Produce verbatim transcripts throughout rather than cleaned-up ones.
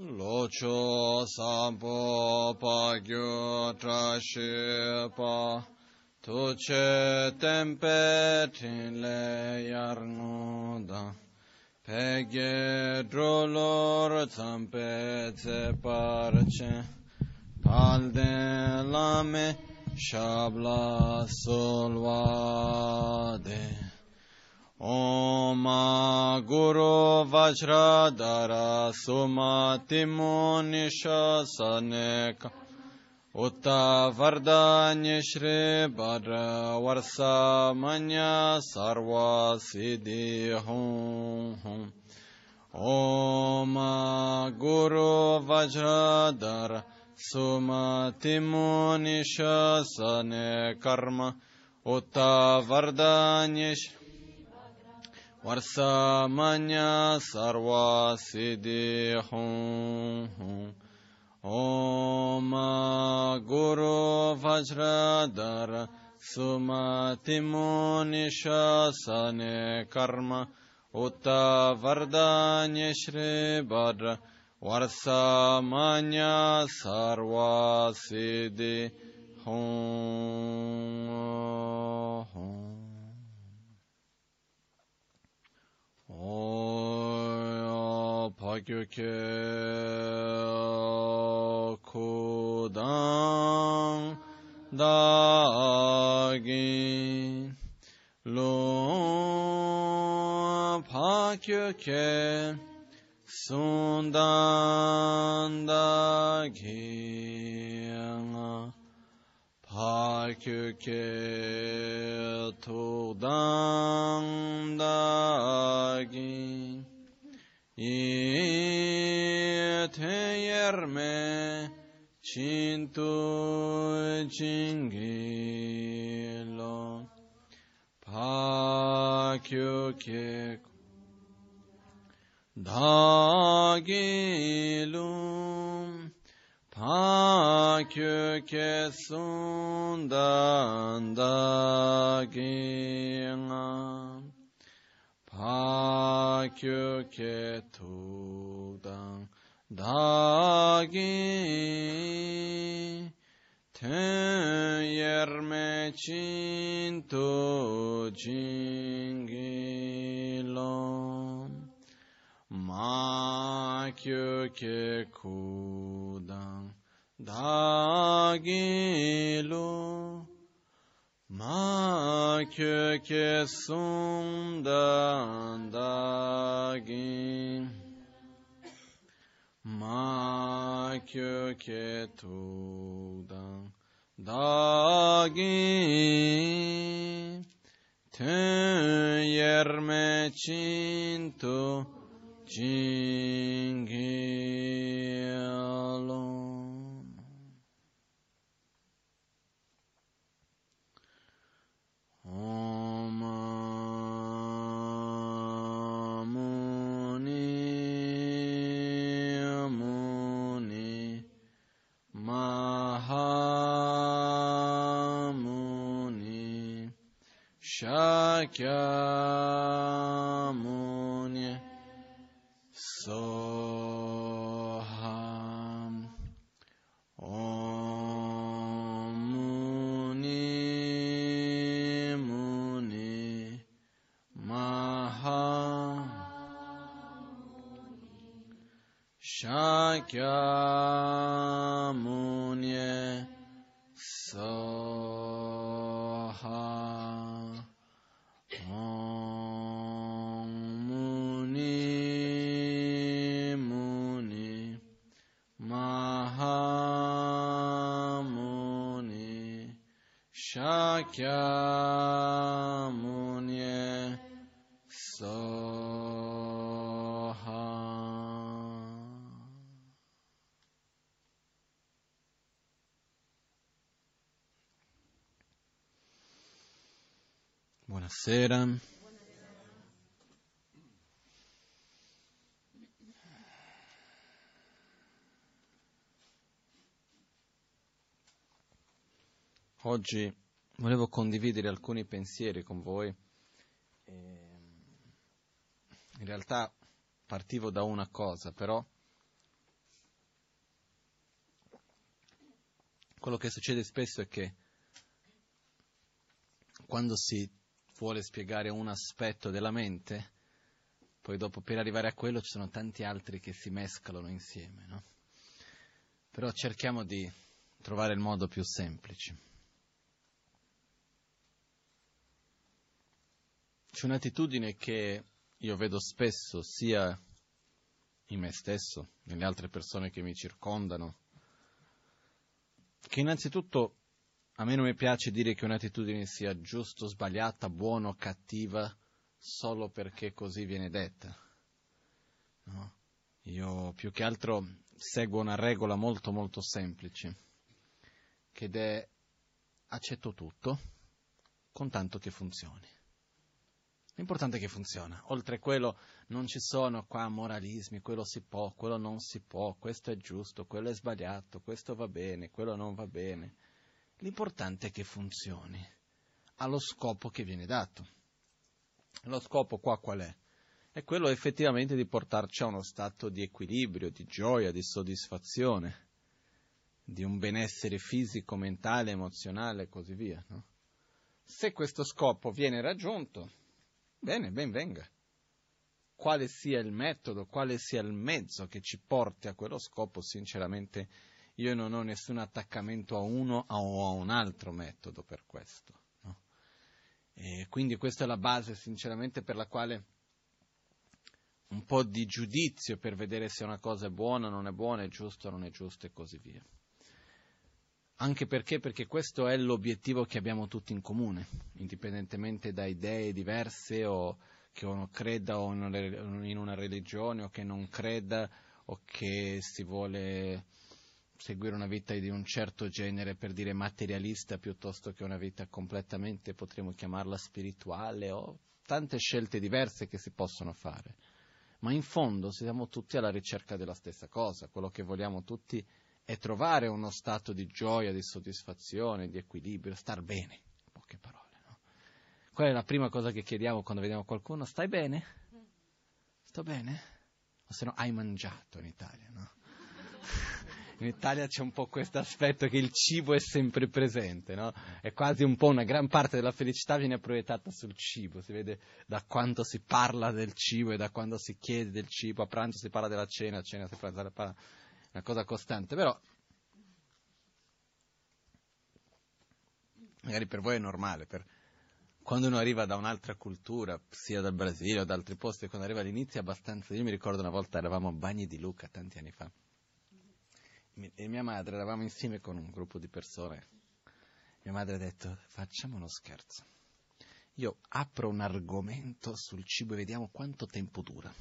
Locho sampo pagyo trashepa tuche tempe tinle yarnuda pegye drolor zampe zeparche palde lame shabla solvade Om Guru Vajradhara Sumati Munisha Saneka Utta Vardanya Shri Bhadra Varsa Manya Sarva Siddhi Hum Hum Om Guru Vajradhara Sumati Munisha Sane Karma Utta Vardanya Shri Varsa Manya Sarva Siddhi Hum Hum Om Guru Vajradhara Sumati Munisha Sane Karma Utta Vardanya Shri Bhadra Varsa Manya Sarva Siddhi Hum Hum Oya Pagyöke Kudang Dagi Lo Pagyöke Sundan Dagi Pagyöke Tudang Dagi Iteyerme Chintu Jingilo Pagyöke Dagilum Pagyöke Sundan Dagingam Pagyöke Tudang Dagi Teyerme Chintu Jingilom Pagyöke Kudang Dagilu Pagyöke Sundan Dagi Pagyöke Tudang Dagi Teyerme Chintu Jingilom Om Muni Muni Mahamuni Shakyamuni Soham Om Muni Muni Mahamuni Shakyamuni Soham Om Muni Muni Mahamuni Shakyamuni Soham. Buonasera. Oggi volevo condividere alcuni pensieri con voi. In realtà partivo da una cosa, però quello che succede spesso è che quando si vuole spiegare un aspetto della mente, poi dopo per arrivare a quello ci sono tanti altri che si mescolano insieme, no? Però cerchiamo di trovare il modo più semplice. C'è un'attitudine che io vedo spesso sia in me stesso, nelle altre persone che mi circondano, che innanzitutto a me non mi piace dire che un'attitudine sia giusto, sbagliata, buona o cattiva solo perché così viene detta. No? Io più che altro seguo una regola molto molto semplice, che è accetto tutto, con tanto che funzioni. L'importante è che funziona. Oltre quello non ci sono qua moralismi, quello si può, quello non si può, questo è giusto, quello è sbagliato, questo va bene, quello non va bene. L'importante è che funzioni, allo scopo che viene dato. Lo scopo qua qual è? È quello effettivamente di portarci a uno stato di equilibrio, di gioia, di soddisfazione, di un benessere fisico, mentale, emozionale e così via, no? Se questo scopo viene raggiunto, bene, ben venga. Quale sia il metodo, quale sia il mezzo che ci porti a quello scopo, sinceramente io non ho nessun attaccamento a uno o a un altro metodo per questo, no? E quindi questa è la base, sinceramente, per la quale un po' di giudizio per vedere se una cosa è buona, non è buona, è giusta, non è giusta e così via. Anche perché, perché questo è l'obiettivo che abbiamo tutti in comune, indipendentemente da idee diverse o che uno creda o in una religione o che non creda o che si vuole seguire una vita di un certo genere, per dire materialista, piuttosto che una vita completamente, potremmo chiamarla spirituale, o tante scelte diverse che si possono fare. Ma in fondo siamo tutti alla ricerca della stessa cosa, quello che vogliamo tutti è trovare uno stato di gioia, di soddisfazione, di equilibrio, star bene, in poche parole, no? Qual è la prima cosa che chiediamo quando vediamo qualcuno? Stai bene? Sto bene? O se no, hai mangiato in Italia, no? In Italia c'è un po' questo aspetto che il cibo è sempre presente, no? È quasi un po' una gran parte della felicità viene proiettata sul cibo, si vede da quanto si parla del cibo e da quando si chiede del cibo, a pranzo si parla della cena, a cena si parla della una cosa costante, però magari per voi è normale, per quando uno arriva da un'altra cultura, sia dal Brasile o da altri posti, quando arriva all'inizio è abbastanza. Io mi ricordo una volta eravamo a Bagni di Lucca, tanti anni fa, e mia madre, eravamo insieme con un gruppo di persone, mia madre ha detto: facciamo uno scherzo, io apro un argomento sul cibo e vediamo quanto tempo dura.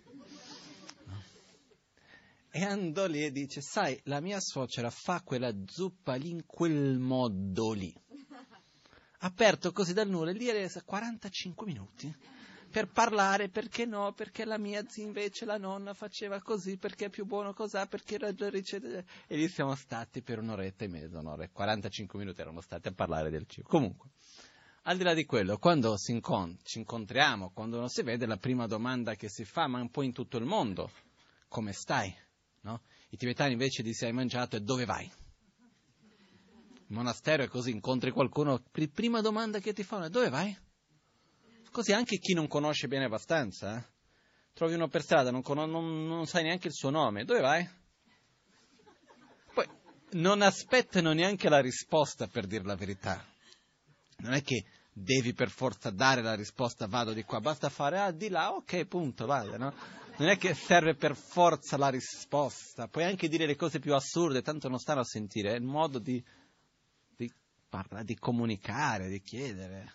E andò lì e dice: sai, la mia suocera fa quella zuppa lì in quel modo lì. Aperto così dal nulla, lì è quarantacinque minuti per parlare, perché no, perché la mia zia invece, la nonna, faceva così, perché è più buono cos'ha, perché la ricetta. E lì siamo stati per un'oretta e mezza, un'ora, quarantacinque minuti erano stati a parlare del cibo. Comunque, al di là di quello, quando si incont- ci incontriamo, quando uno si vede, la prima domanda che si fa, ma un po' in tutto il mondo: come stai? No? I tibetani invece di se hai mangiato è dove vai? Il monastero è così, incontri qualcuno, la prima domanda che ti fanno è dove vai? Così anche chi non conosce bene abbastanza, eh? Trovi uno per strada, non, con- non, non sai neanche il suo nome, dove vai? Poi non aspettano neanche la risposta, per dire la verità. Non è che devi per forza dare la risposta, vado di qua, basta fare, ah, di là, ok, punto, vada, no? Non è che serve per forza la risposta, puoi anche dire le cose più assurde, tanto non stanno a sentire, è il modo di, di parlare, di comunicare, di chiedere.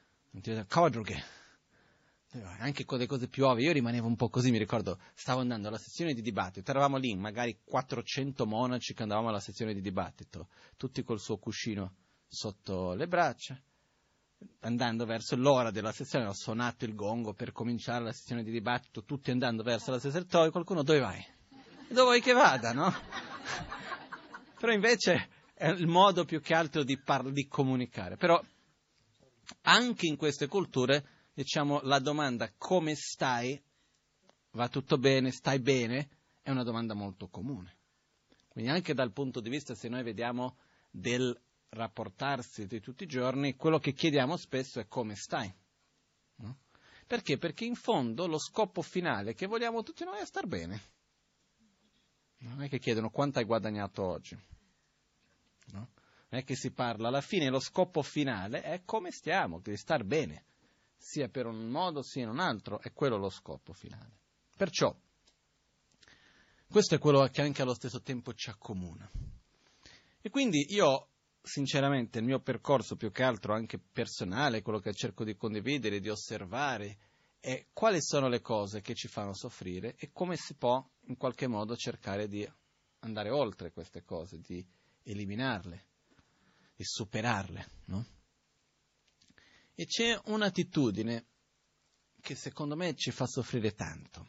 Anche con le cose più ovvie, io rimanevo un po' così, mi ricordo, stavo andando alla sezione di dibattito, eravamo lì, magari quattrocento monaci che andavamo alla sezione di dibattito, tutti col suo cuscino sotto le braccia. Andando verso l'ora della sessione, ho suonato il gongo per cominciare la sessione di dibattito, tutti andando verso la sessione, qualcuno: dove vai? Dove vuoi che vada, no? Però invece è il modo più che altro di, par- di comunicare. Però anche in queste culture, diciamo, la domanda come stai, va tutto bene, stai bene, è una domanda molto comune. Quindi anche dal punto di vista, se noi vediamo del rapportarsi di tutti i giorni, quello che chiediamo spesso è come stai. No? Perché? Perché in fondo lo scopo finale che vogliamo tutti noi è star bene. Non è che chiedono quanto hai guadagnato oggi. No? Non è che si parla, alla fine lo scopo finale è come stiamo, di star bene, sia per un modo sia in un altro, è quello lo scopo finale. Perciò, questo è quello che anche allo stesso tempo ci accomuna. E quindi io, sinceramente, il mio percorso più che altro anche personale, quello che cerco di condividere, di osservare, è quali sono le cose che ci fanno soffrire e come si può in qualche modo cercare di andare oltre queste cose, di eliminarle, di superarle, no? E c'è un'attitudine che secondo me ci fa soffrire tanto.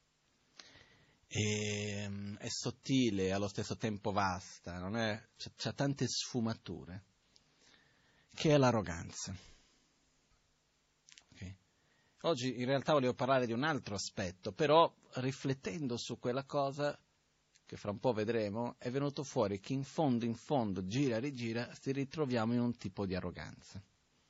E, è sottile, allo stesso tempo vasta, non è, c'ha, c'ha tante sfumature, che è l'arroganza. Okay? Oggi in realtà volevo parlare di un altro aspetto, però riflettendo su quella cosa, che fra un po' vedremo, è venuto fuori che in fondo, in fondo, gira e rigira, si ritroviamo in un tipo di arroganza.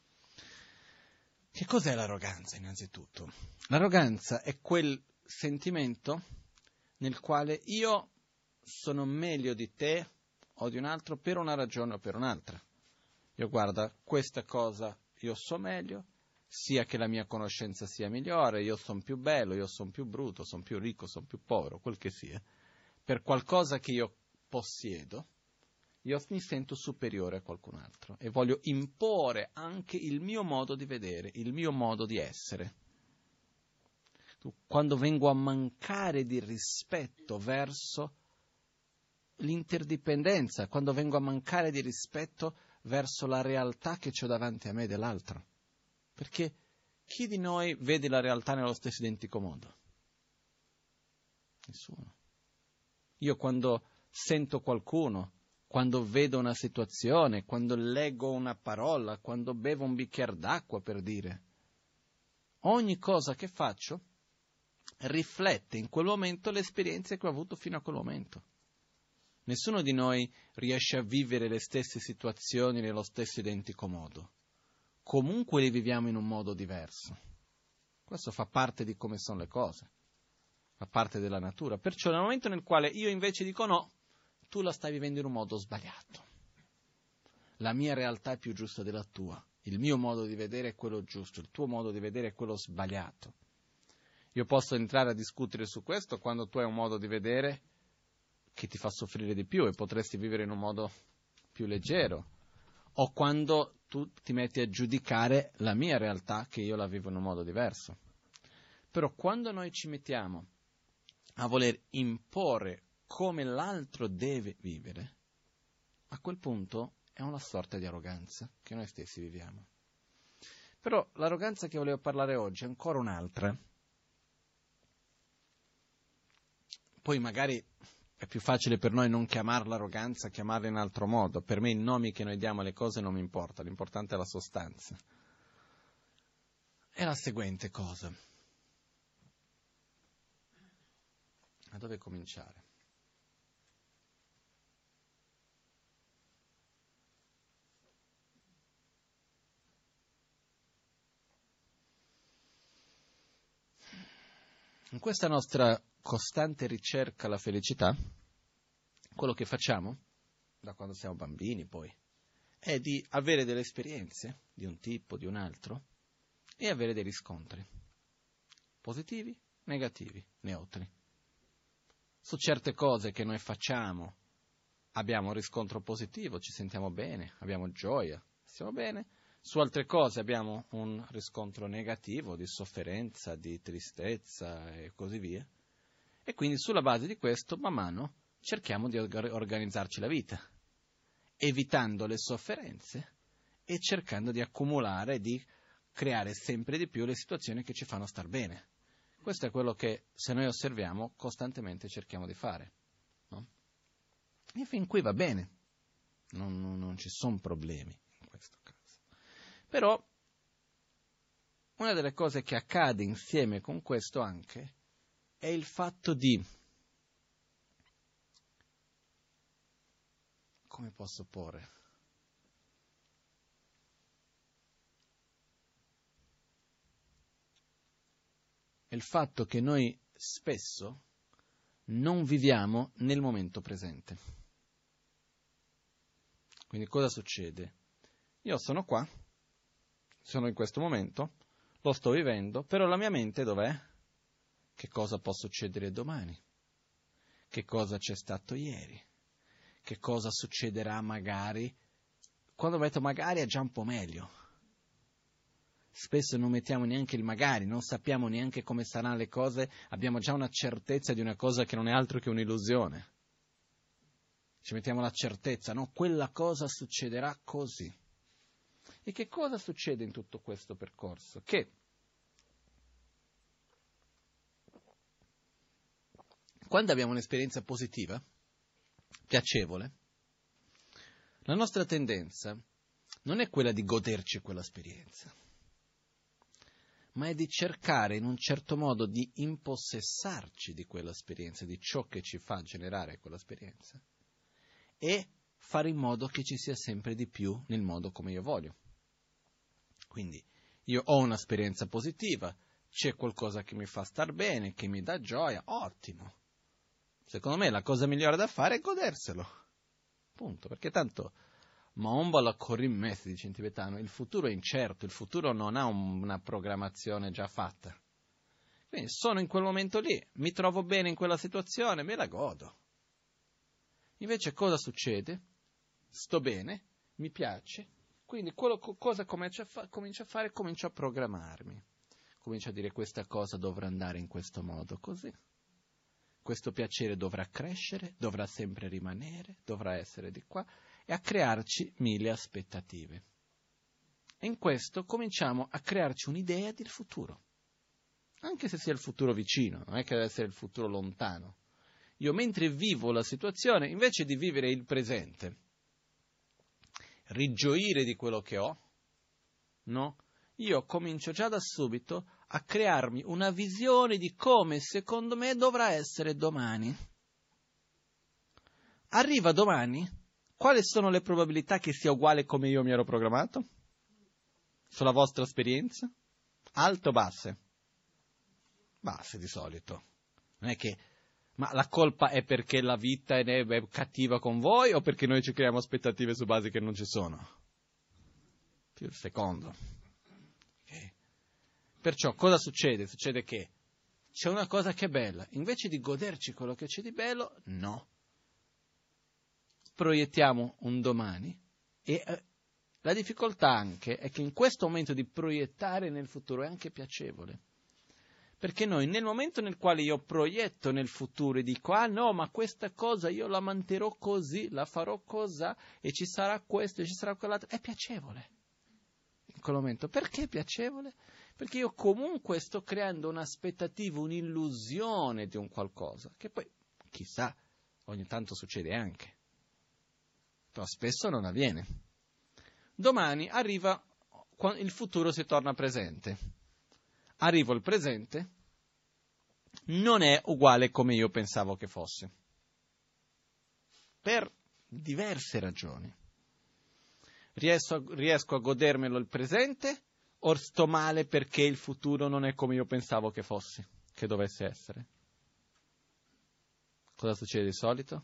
Che cos'è l'arroganza innanzitutto? L'arroganza è quel sentimento nel quale io sono meglio di te o di un altro per una ragione o per un'altra. Io guarda, questa cosa io so meglio, sia che la mia conoscenza sia migliore, io sono più bello, io sono più brutto, sono più ricco, sono più povero, quel che sia. Per qualcosa che io possiedo, io mi sento superiore a qualcun altro e voglio imporre anche il mio modo di vedere, il mio modo di essere. Quando vengo a mancare di rispetto verso l'interdipendenza, quando vengo a mancare di rispetto verso la realtà che c'ho davanti a me dell'altro. Perché chi di noi vede la realtà nello stesso identico modo? Nessuno. Io quando sento qualcuno, quando vedo una situazione, quando leggo una parola, quando bevo un bicchiere d'acqua, per dire, ogni cosa che faccio riflette in quel momento le esperienze che ho avuto fino a quel momento. Nessuno di noi riesce a vivere le stesse situazioni nello stesso identico modo. Comunque le viviamo in un modo diverso. Questo fa parte di come sono le cose, fa parte della natura. Perciò nel momento nel quale io invece dico no, tu la stai vivendo in un modo sbagliato. La mia realtà è più giusta della tua. Il mio modo di vedere è quello giusto, il tuo modo di vedere è quello sbagliato. Io posso entrare a discutere su questo quando tu hai un modo di vedere che ti fa soffrire di più e potresti vivere in un modo più leggero, o quando tu ti metti a giudicare la mia realtà che io la vivo in un modo diverso. Però quando noi ci mettiamo a voler imporre come l'altro deve vivere, a quel punto è una sorta di arroganza che noi stessi viviamo. Però l'arroganza che volevo parlare oggi è ancora un'altra. Poi magari è più facile per noi non chiamarla arroganza, chiamarla in altro modo. Per me i nomi che noi diamo alle cose non mi importa, l'importante è la sostanza. È la seguente cosa. Da dove cominciare? In questa nostra costante ricerca alla felicità, quello che facciamo, da quando siamo bambini poi, è di avere delle esperienze di un tipo, di un altro, e avere dei riscontri, positivi, negativi, neutri. Su certe cose che noi facciamo abbiamo un riscontro positivo, ci sentiamo bene, abbiamo gioia, stiamo bene. Su altre cose abbiamo un riscontro negativo, di sofferenza, di tristezza e così via. E quindi sulla base di questo, man mano, cerchiamo di organizzarci la vita, evitando le sofferenze e cercando di accumulare, di creare sempre di più le situazioni che ci fanno star bene. Questo è quello che, se noi osserviamo, costantemente cerchiamo di fare. No? E fin qui va bene, non, non, non ci sono problemi in questo caso. Però una delle cose che accade insieme con questo anche è il fatto di, come posso porre, il fatto che noi spesso non viviamo nel momento presente. Quindi cosa succede? Io sono qua, sono in questo momento, lo sto vivendo, però la mia mente dov'è? Che cosa può succedere domani? Che cosa c'è stato ieri? Che cosa succederà magari? Quando metto magari è già un po' meglio. Spesso non mettiamo neanche il magari, non sappiamo neanche come saranno le cose, abbiamo già una certezza di una cosa che non è altro che un'illusione. Ci mettiamo la certezza, no? Quella cosa succederà così. E che cosa succede in tutto questo percorso? Che quando abbiamo un'esperienza positiva, piacevole, la nostra tendenza non è quella di goderci quell'esperienza, ma è di cercare in un certo modo di impossessarci di quell'esperienza, di ciò che ci fa generare quell'esperienza, e fare in modo che ci sia sempre di più nel modo come io voglio. Quindi io ho un'esperienza positiva, c'è qualcosa che mi fa star bene, che mi dà gioia, ottimo. Secondo me la cosa migliore da fare è goderselo. Punto, perché tanto Maombola Korim, si dice in tibetano, il futuro è incerto, il futuro non ha un, una programmazione già fatta. Quindi sono in quel momento lì, mi trovo bene in quella situazione, me la godo. Invece cosa succede? Sto bene, mi piace, quindi quello, cosa comincio a, fa, comincio a fare? Comincio a programmarmi. Comincio a dire questa cosa dovrà andare in questo modo, così. Questo piacere dovrà crescere, dovrà sempre rimanere, dovrà essere di qua, e a crearci mille aspettative. E in questo cominciamo a crearci un'idea del futuro, anche se sia il futuro vicino, non è che deve essere il futuro lontano. Io mentre vivo la situazione, invece di vivere il presente, rigioire di quello che ho, no? Io comincio già da subito a crearmi una visione di come secondo me dovrà essere domani. Arriva domani, quali sono le probabilità che sia uguale come io mi ero programmato? Sulla vostra esperienza? Alte o basse? Basse di solito. Non è che, ma la colpa è perché la vita è cattiva con voi o perché noi ci creiamo aspettative su basi che non ci sono? Più il secondo. Okay. Perciò cosa succede? Succede che c'è una cosa che è bella, invece di goderci quello che c'è di bello, no. Proiettiamo un domani e eh, la difficoltà anche è che in questo momento di proiettare nel futuro è anche piacevole. Perché noi nel momento nel quale io proietto nel futuro e dico ah no, ma questa cosa io la manterrò così, la farò così e ci sarà questo e ci sarà quell'altro, è piacevole in quel momento. Perché è piacevole? Perché io comunque sto creando un'aspettativa, un'illusione di un qualcosa, che poi chissà, ogni tanto succede anche, però spesso non avviene. Domani arriva, il futuro si torna presente. Arrivo al presente, non è uguale come io pensavo che fosse, per diverse ragioni. Riesco a, riesco a godermelo il presente o sto male perché il futuro non è come io pensavo che fosse, che dovesse essere? Cosa succede di solito?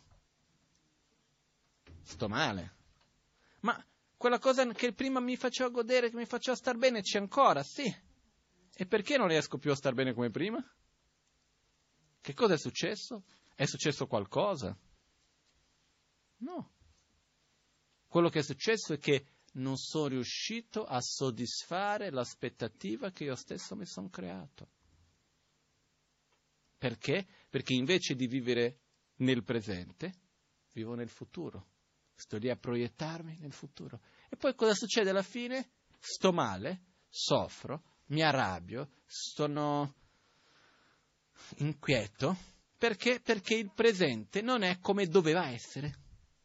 Sto male. Ma quella cosa che prima mi faceva godere, che mi faceva star bene, c'è ancora, sì. E perché non riesco più a star bene come prima? Che cosa è successo? È successo qualcosa? No. Quello che è successo è che non sono riuscito a soddisfare l'aspettativa che io stesso mi sono creato. Perché? Perché invece di vivere nel presente, vivo nel futuro. Sto lì a proiettarmi nel futuro. E poi cosa succede alla fine? Sto male, soffro, mi arrabbio, sono inquieto, perché? Perché il presente non è come doveva essere.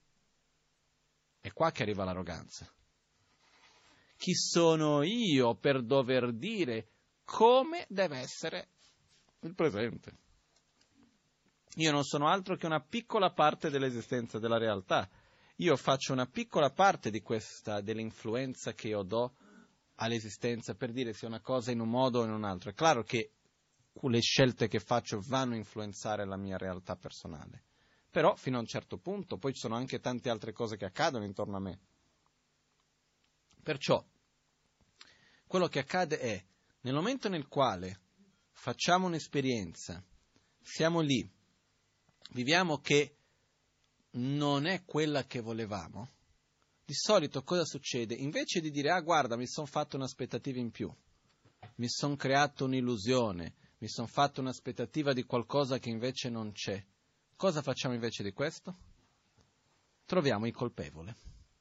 È qua che arriva l'arroganza. Chi sono io per dover dire come deve essere il presente? Io non sono altro che una piccola parte dell'esistenza della realtà. Io faccio una piccola parte di questa, dell'influenza che io do all'esistenza per dire se una cosa in un modo o in un altro. È chiaro che le scelte che faccio vanno a influenzare la mia realtà personale. Però fino a un certo punto, poi ci sono anche tante altre cose che accadono intorno a me. Perciò, quello che accade è, nel momento nel quale facciamo un'esperienza, siamo lì, viviamo che non è quella che volevamo, di solito cosa succede? Invece di dire, ah guarda, mi sono fatto un'aspettativa in più, mi sono creato un'illusione, mi sono fatto un'aspettativa di qualcosa che invece non c'è, cosa facciamo invece di questo? Troviamo il colpevole.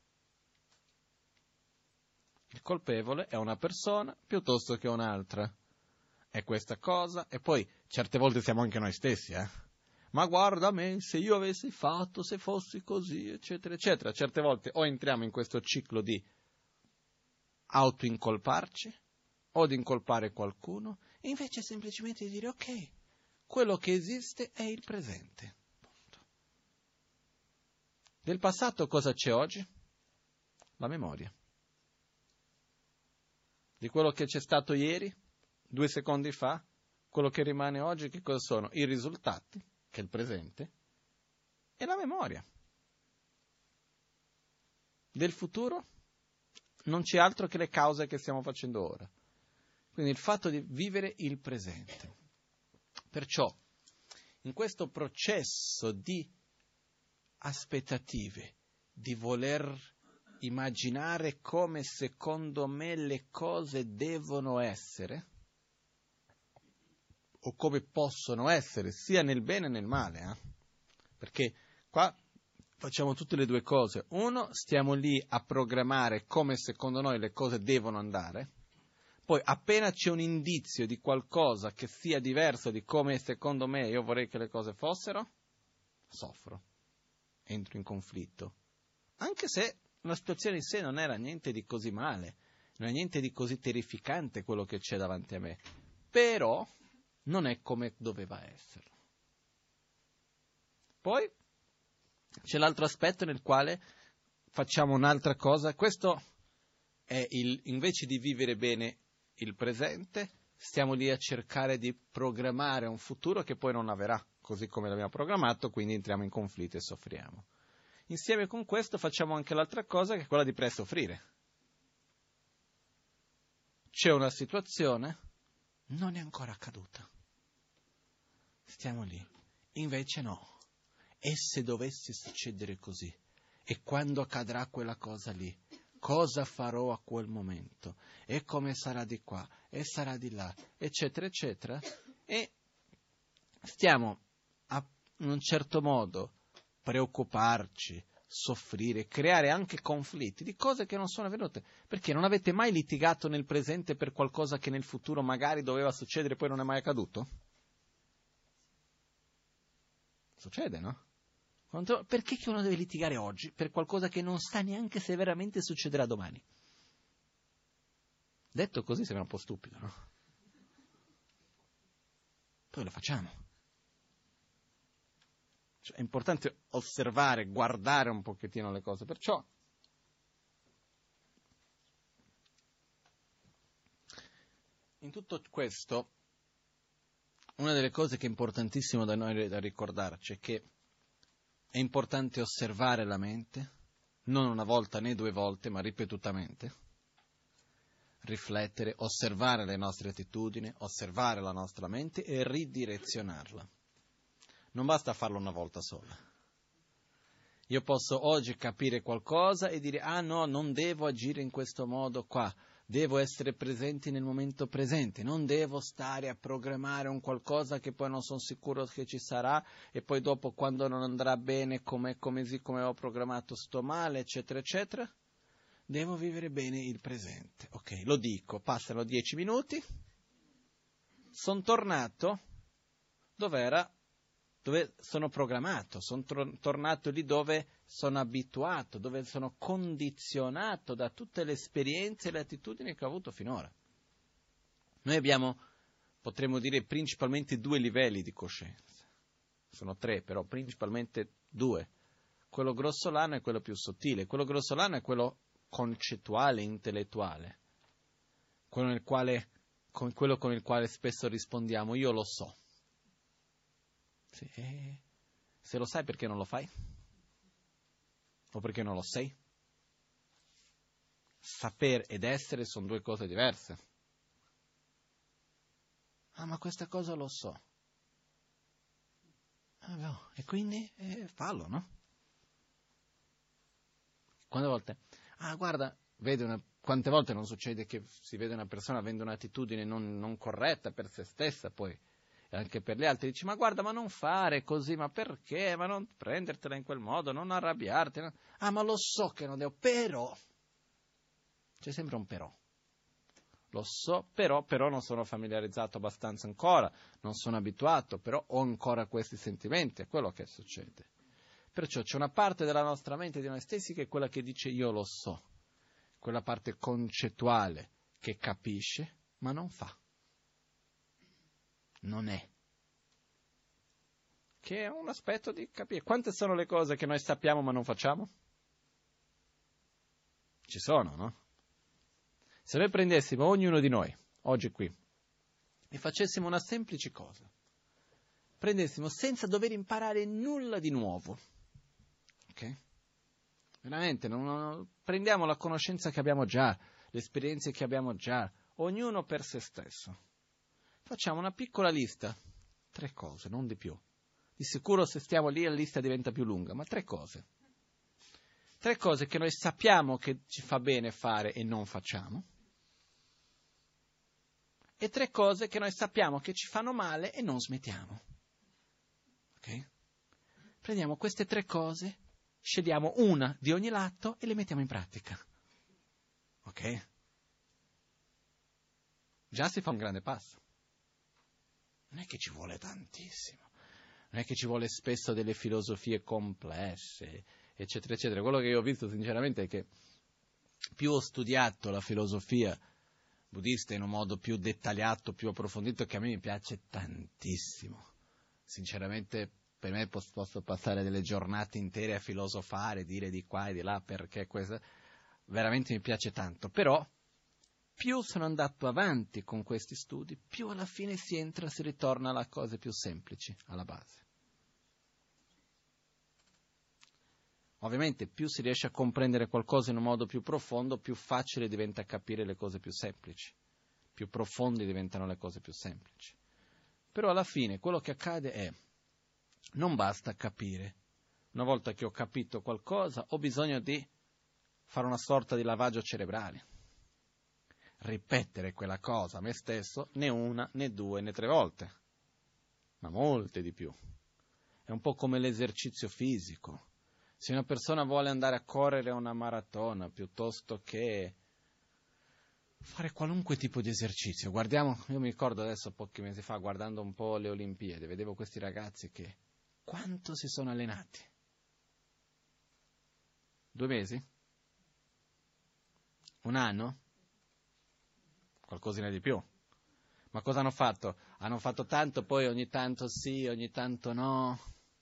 Il colpevole è una persona piuttosto che un'altra. È questa cosa, e poi certe volte siamo anche noi stessi, eh? Ma guarda me, se io avessi fatto, se fossi così, eccetera, eccetera. Certe volte o entriamo in questo ciclo di autoincolparci, o di incolpare qualcuno, e invece semplicemente di dire, ok, quello che esiste è il presente. Punto. Del passato cosa c'è oggi? La memoria. Di quello che c'è stato ieri, due secondi fa, quello che rimane oggi, che cosa sono? I risultati, che è il presente, e la memoria. Del futuro non c'è altro che le cause che stiamo facendo ora. Quindi il fatto di vivere il presente. Perciò, in questo processo di aspettative, di voler immaginare come secondo me le cose devono essere, o come possono essere, sia nel bene che nel male, eh? Perché qua facciamo tutte le due cose. Uno, stiamo lì a programmare come secondo noi le cose devono andare, poi appena c'è un indizio di qualcosa che sia diverso di come secondo me io vorrei che le cose fossero, soffro, entro in conflitto. Anche se la situazione in sé non era niente di così male, non è niente di così terrificante quello che c'è davanti a me, però non è come doveva essere. Poi c'è l'altro aspetto nel quale facciamo un'altra cosa. Questo è il, invece di vivere bene il presente, stiamo lì a cercare di programmare un futuro che poi non avverrà, così come l'abbiamo programmato, quindi entriamo in conflitto e soffriamo. Insieme con questo facciamo anche l'altra cosa, che è quella di pre-soffrire. C'è una situazione, non è ancora accaduta. Stiamo lì. Invece no. E se dovesse succedere così? E quando accadrà quella cosa lì? Cosa farò a quel momento? E come sarà di qua? E sarà di là? Eccetera, eccetera. E stiamo, a, in un certo modo, preoccuparci, soffrire, creare anche conflitti di cose che non sono avvenute. Perché non avete mai litigato nel presente per qualcosa che nel futuro magari doveva succedere e poi non è mai accaduto? Succede, no? Quanto, perché che uno deve litigare oggi per qualcosa che non sa neanche se veramente succederà domani? Detto così sembra un po' stupido, no? Poi lo facciamo. Cioè, è importante osservare, guardare un pochettino le cose. Perciò in tutto questo, una delle cose che è importantissimo da noi da ricordarci è che è importante osservare la mente, non una volta né due volte, ma ripetutamente, riflettere, osservare le nostre attitudini, osservare la nostra mente e ridirezionarla. Non basta farlo una volta sola. Io posso oggi capire qualcosa e dire, ah no, non devo agire in questo modo qua, devo essere presente nel momento presente, non devo stare a programmare un qualcosa che poi non sono sicuro che ci sarà e poi dopo quando non andrà bene come, come, come ho programmato sto male, eccetera, eccetera. Devo vivere bene il presente. Ok, lo dico, passano dieci minuti, sono tornato dove era, dove sono programmato, sono tro- tornato lì dove sono abituato, dove sono condizionato da tutte le esperienze e le attitudini che ho avuto finora. Noi abbiamo, potremmo dire, principalmente due livelli di coscienza. Sono tre, però principalmente due. Quello grossolano e quello più sottile. Quello grossolano è quello concettuale, intellettuale. Quello nel quale con quello con il quale spesso rispondiamo, io lo so. Sì, e se lo sai, perché non lo fai? O perché non lo sei? Sapere ed essere sono due cose diverse. Ah, ma questa cosa lo so. Ah, no. E quindi eh, fallo, no? Quante volte? Ah, guarda, vede una, quante volte non succede che si vede una persona avendo un'attitudine non, non corretta per se stessa, poi e anche per gli altri, dici, ma guarda, ma non fare così, ma perché? Ma non prendertela in quel modo, non arrabbiarti. No? Ah, ma lo so che non devo, però. C'è sempre un però. Lo so, però, però non sono familiarizzato abbastanza ancora, non sono abituato, però ho ancora questi sentimenti, è quello che succede. Perciò c'è una parte della nostra mente, di noi stessi, che è quella che dice io lo so, quella parte concettuale che capisce, ma non fa. Non è. Che è un aspetto di capire. Quante sono le cose che noi sappiamo ma non facciamo? Ci sono, no? Se noi prendessimo ognuno di noi, oggi qui, e facessimo una semplice cosa, prendessimo senza dover imparare nulla di nuovo, ok? Veramente, non, non, prendiamo la conoscenza che abbiamo già, le esperienze che abbiamo già, ognuno per se stesso. Facciamo una piccola lista, tre cose, non di più. Di sicuro se stiamo lì la lista diventa più lunga, ma tre cose. Tre cose che noi sappiamo che ci fa bene fare e non facciamo. E tre cose che noi sappiamo che ci fanno male e non smettiamo. Ok? Prendiamo queste tre cose, scegliamo una di ogni lato e le mettiamo in pratica. Ok? Già si fa un grande passo. Non è che ci vuole tantissimo. Non è che ci vuole spesso delle filosofie complesse, eccetera, eccetera. Quello che io ho visto sinceramente è che più ho studiato la filosofia buddista in un modo più dettagliato, più approfondito, che a me mi piace tantissimo. Sinceramente, per me posso, posso passare delle giornate intere a filosofare, dire di qua e di là, perché questo veramente mi piace tanto. Però, più sono andato avanti con questi studi, più alla fine si entra, si ritorna alle cose più semplici, alla base. Ovviamente, più si riesce a comprendere qualcosa in un modo più profondo, più facile diventa capire le cose più semplici. Più profonde diventano le cose più semplici. Però alla fine, quello che accade è, non basta capire. Una volta che ho capito qualcosa, ho bisogno di fare una sorta di lavaggio cerebrale. Ripetere quella cosa a me stesso né una, né due, né tre volte, ma molte di più. È un po' come l'esercizio fisico. Se una persona vuole andare a correre una maratona piuttosto che fare qualunque tipo di esercizio, guardiamo, io mi ricordo adesso pochi mesi fa, guardando un po' le Olimpiadi, vedevo questi ragazzi che quanto si sono allenati? Due mesi? Un anno? Qualcosina di più. Ma cosa hanno fatto? Hanno fatto tanto, poi ogni tanto sì, ogni tanto no.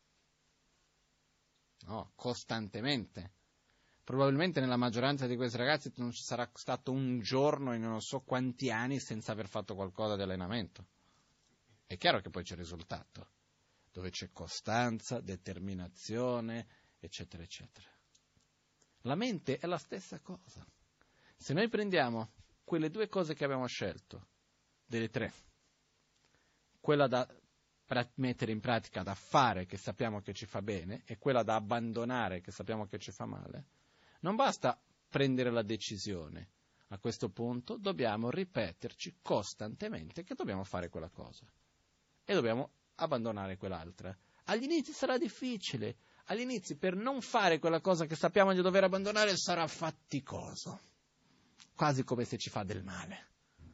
No, costantemente. Probabilmente nella maggioranza di questi ragazzi non ci sarà stato un giorno in non so quanti anni senza aver fatto qualcosa di allenamento. È chiaro che poi c'è il risultato, dove c'è costanza, determinazione, eccetera, eccetera. La mente è la stessa cosa. Se noi prendiamo quelle due cose che abbiamo scelto, delle tre, quella da mettere in pratica, da fare, che sappiamo che ci fa bene, e quella da abbandonare, che sappiamo che ci fa male, non basta prendere la decisione. A questo punto dobbiamo ripeterci costantemente che dobbiamo fare quella cosa e dobbiamo abbandonare quell'altra. Agli inizi sarà difficile, agli inizi per non fare quella cosa che sappiamo di dover abbandonare sarà faticoso, quasi come se ci fa del male.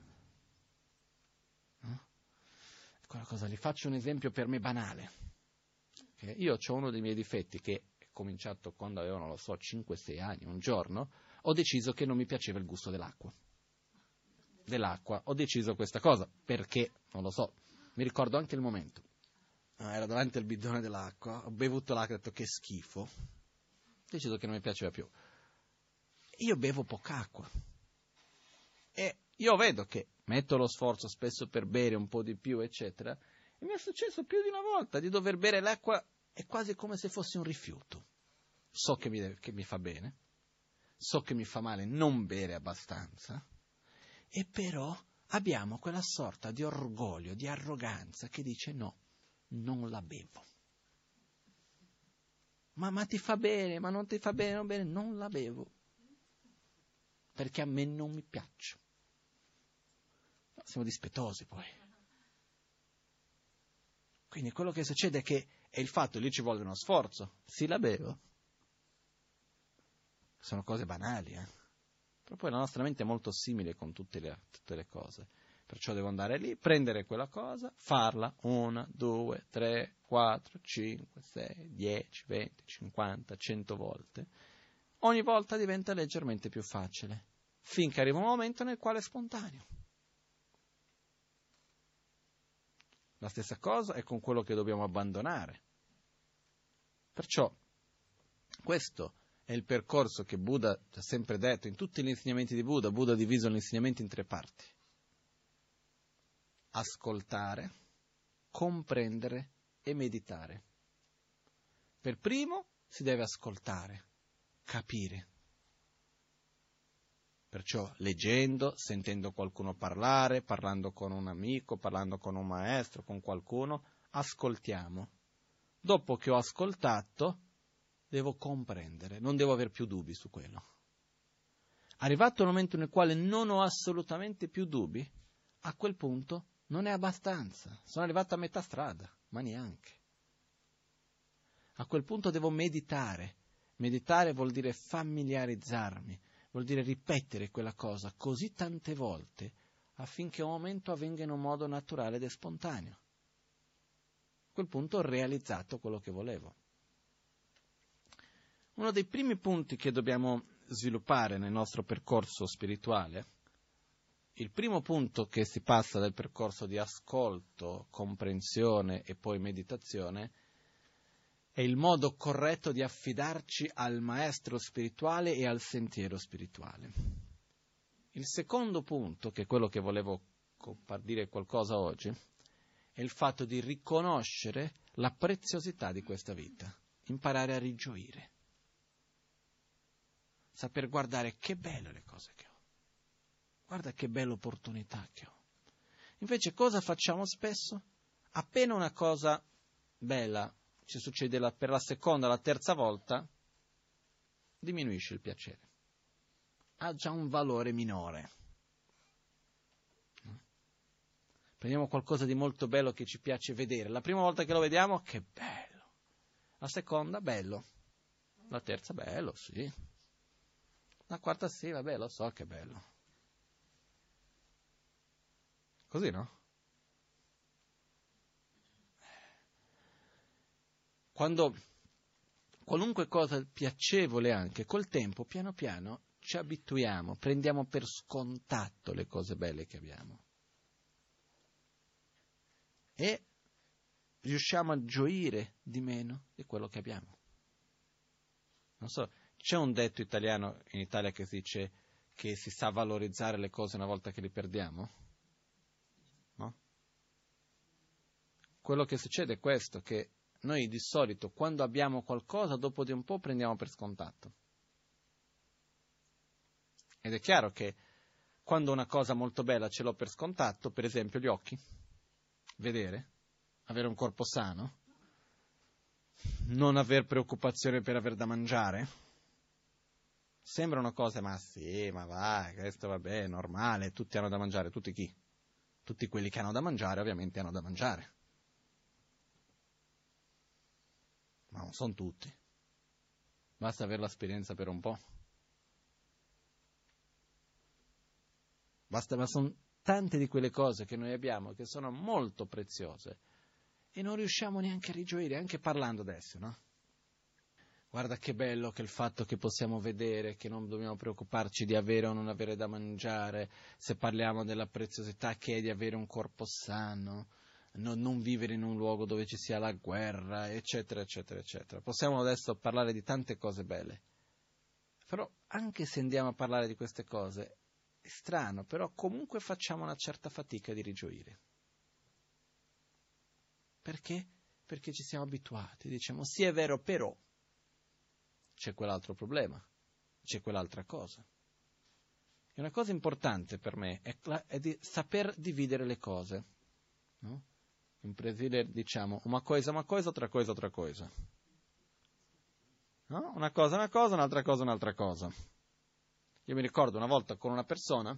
Quella cosa, vi faccio un esempio per me banale. Io ho uno dei miei difetti che è cominciato quando avevo, non lo so, cinque sei anni, un giorno, ho deciso che non mi piaceva il gusto dell'acqua. Dell'acqua, ho deciso questa cosa, perché, non lo so, mi ricordo anche il momento. Era davanti al bidone dell'acqua, ho bevuto l'acqua e ho detto che schifo, ho deciso che non mi piaceva più. Io bevo poca acqua. E io vedo che metto lo sforzo spesso per bere un po' di più, eccetera, e mi è successo più di una volta di dover bere l'acqua, è quasi come se fosse un rifiuto. So che mi, deve, che mi fa bene, so che mi fa male non bere abbastanza, e però abbiamo quella sorta di orgoglio, di arroganza che dice no, non la bevo. Ma, ma ti fa bene, ma non ti fa bene, non bene, non la bevo. Perché a me non mi piace. No, siamo dispettosi poi. Quindi quello che succede è che è il fatto, lì ci vuole uno sforzo. Sì, la bevo. Sono cose banali, eh. Però poi la nostra mente è molto simile con tutte le, tutte le cose. Perciò devo andare lì, prendere quella cosa, farla una, due, tre, quattro, cinque, sei, dieci, venti, cinquanta, cento volte. Ogni volta diventa leggermente più facile, finché arriva un momento nel quale è spontaneo. La stessa cosa è con quello che dobbiamo abbandonare. Perciò questo è il percorso che Buddha ha sempre detto in tutti gli insegnamenti di Buddha. Buddha ha diviso gli insegnamenti in tre parti: ascoltare, comprendere e meditare. Per primo si deve ascoltare, capire. Perciò leggendo, sentendo qualcuno parlare, parlando con un amico, parlando con un maestro, con qualcuno, ascoltiamo. Dopo che ho ascoltato, devo comprendere, non devo aver più dubbi su quello. Arrivato il momento nel quale non ho assolutamente più dubbi, a quel punto non è abbastanza. Sono arrivato a metà strada, ma neanche. A quel punto devo meditare. Meditare vuol dire familiarizzarmi, vuol dire ripetere quella cosa così tante volte affinché un momento avvenga in un modo naturale ed spontaneo. A quel punto ho realizzato quello che volevo. Uno dei primi punti che dobbiamo sviluppare nel nostro percorso spirituale, il primo punto che si passa dal percorso di ascolto, comprensione e poi meditazione, è il modo corretto di affidarci al maestro spirituale e al sentiero spirituale. Il secondo punto, che è quello che volevo dire qualcosa oggi, è il fatto di riconoscere la preziosità di questa vita, imparare a rigioire, saper guardare che belle le cose che ho, guarda che bella opportunità che ho. Invece cosa facciamo spesso? Appena una cosa bella ci succede la, per la seconda, la terza volta, diminuisce il piacere. Ha già un valore minore. Prendiamo qualcosa di molto bello che ci piace vedere. La prima volta che lo vediamo, che bello. La seconda, bello. La terza, bello, sì. La quarta, sì, vabbè, lo so che bello. Così, no? Quando qualunque cosa piacevole anche, col tempo, piano piano, ci abituiamo, prendiamo per scontato le cose belle che abbiamo. E riusciamo a gioire di meno di quello che abbiamo. Non so, c'è un detto italiano in Italia che si dice che si sa valorizzare le cose una volta che le perdiamo? No? Quello che succede è questo, che noi di solito quando abbiamo qualcosa, dopo di un po' prendiamo per scontato. Ed è chiaro che quando una cosa molto bella ce l'ho per scontato, per esempio gli occhi, vedere, avere un corpo sano, non aver preoccupazione per aver da mangiare, sembrano cose, ma sì, ma vai, questo vabbè, è normale, tutti hanno da mangiare, tutti chi? Tutti quelli che hanno da mangiare ovviamente hanno da mangiare. Ma non sono tutti. Basta avere l'esperienza per un po'. Basta, ma sono tante di quelle cose che noi abbiamo che sono molto preziose e non riusciamo neanche a rigioire, anche parlando adesso, no? Guarda che bello che il fatto che possiamo vedere, che non dobbiamo preoccuparci di avere o non avere da mangiare, se parliamo della preziosità che è di avere un corpo sano, no, non vivere in un luogo dove ci sia la guerra, eccetera, eccetera, eccetera. Possiamo adesso parlare di tante cose belle. Però anche se andiamo a parlare di queste cose, È strano, però comunque facciamo una certa fatica di rigioire. Perché? Perché ci siamo abituati, diciamo sì è vero, però c'è quell'altro problema, c'è quell'altra cosa. E una cosa importante per me è, la, è di saper dividere le cose, no? In Brasile diciamo una cosa una cosa, otra cosa otra cosa. No? Una cosa una cosa, un'altra cosa un'altra cosa. Io mi ricordo una volta con una persona,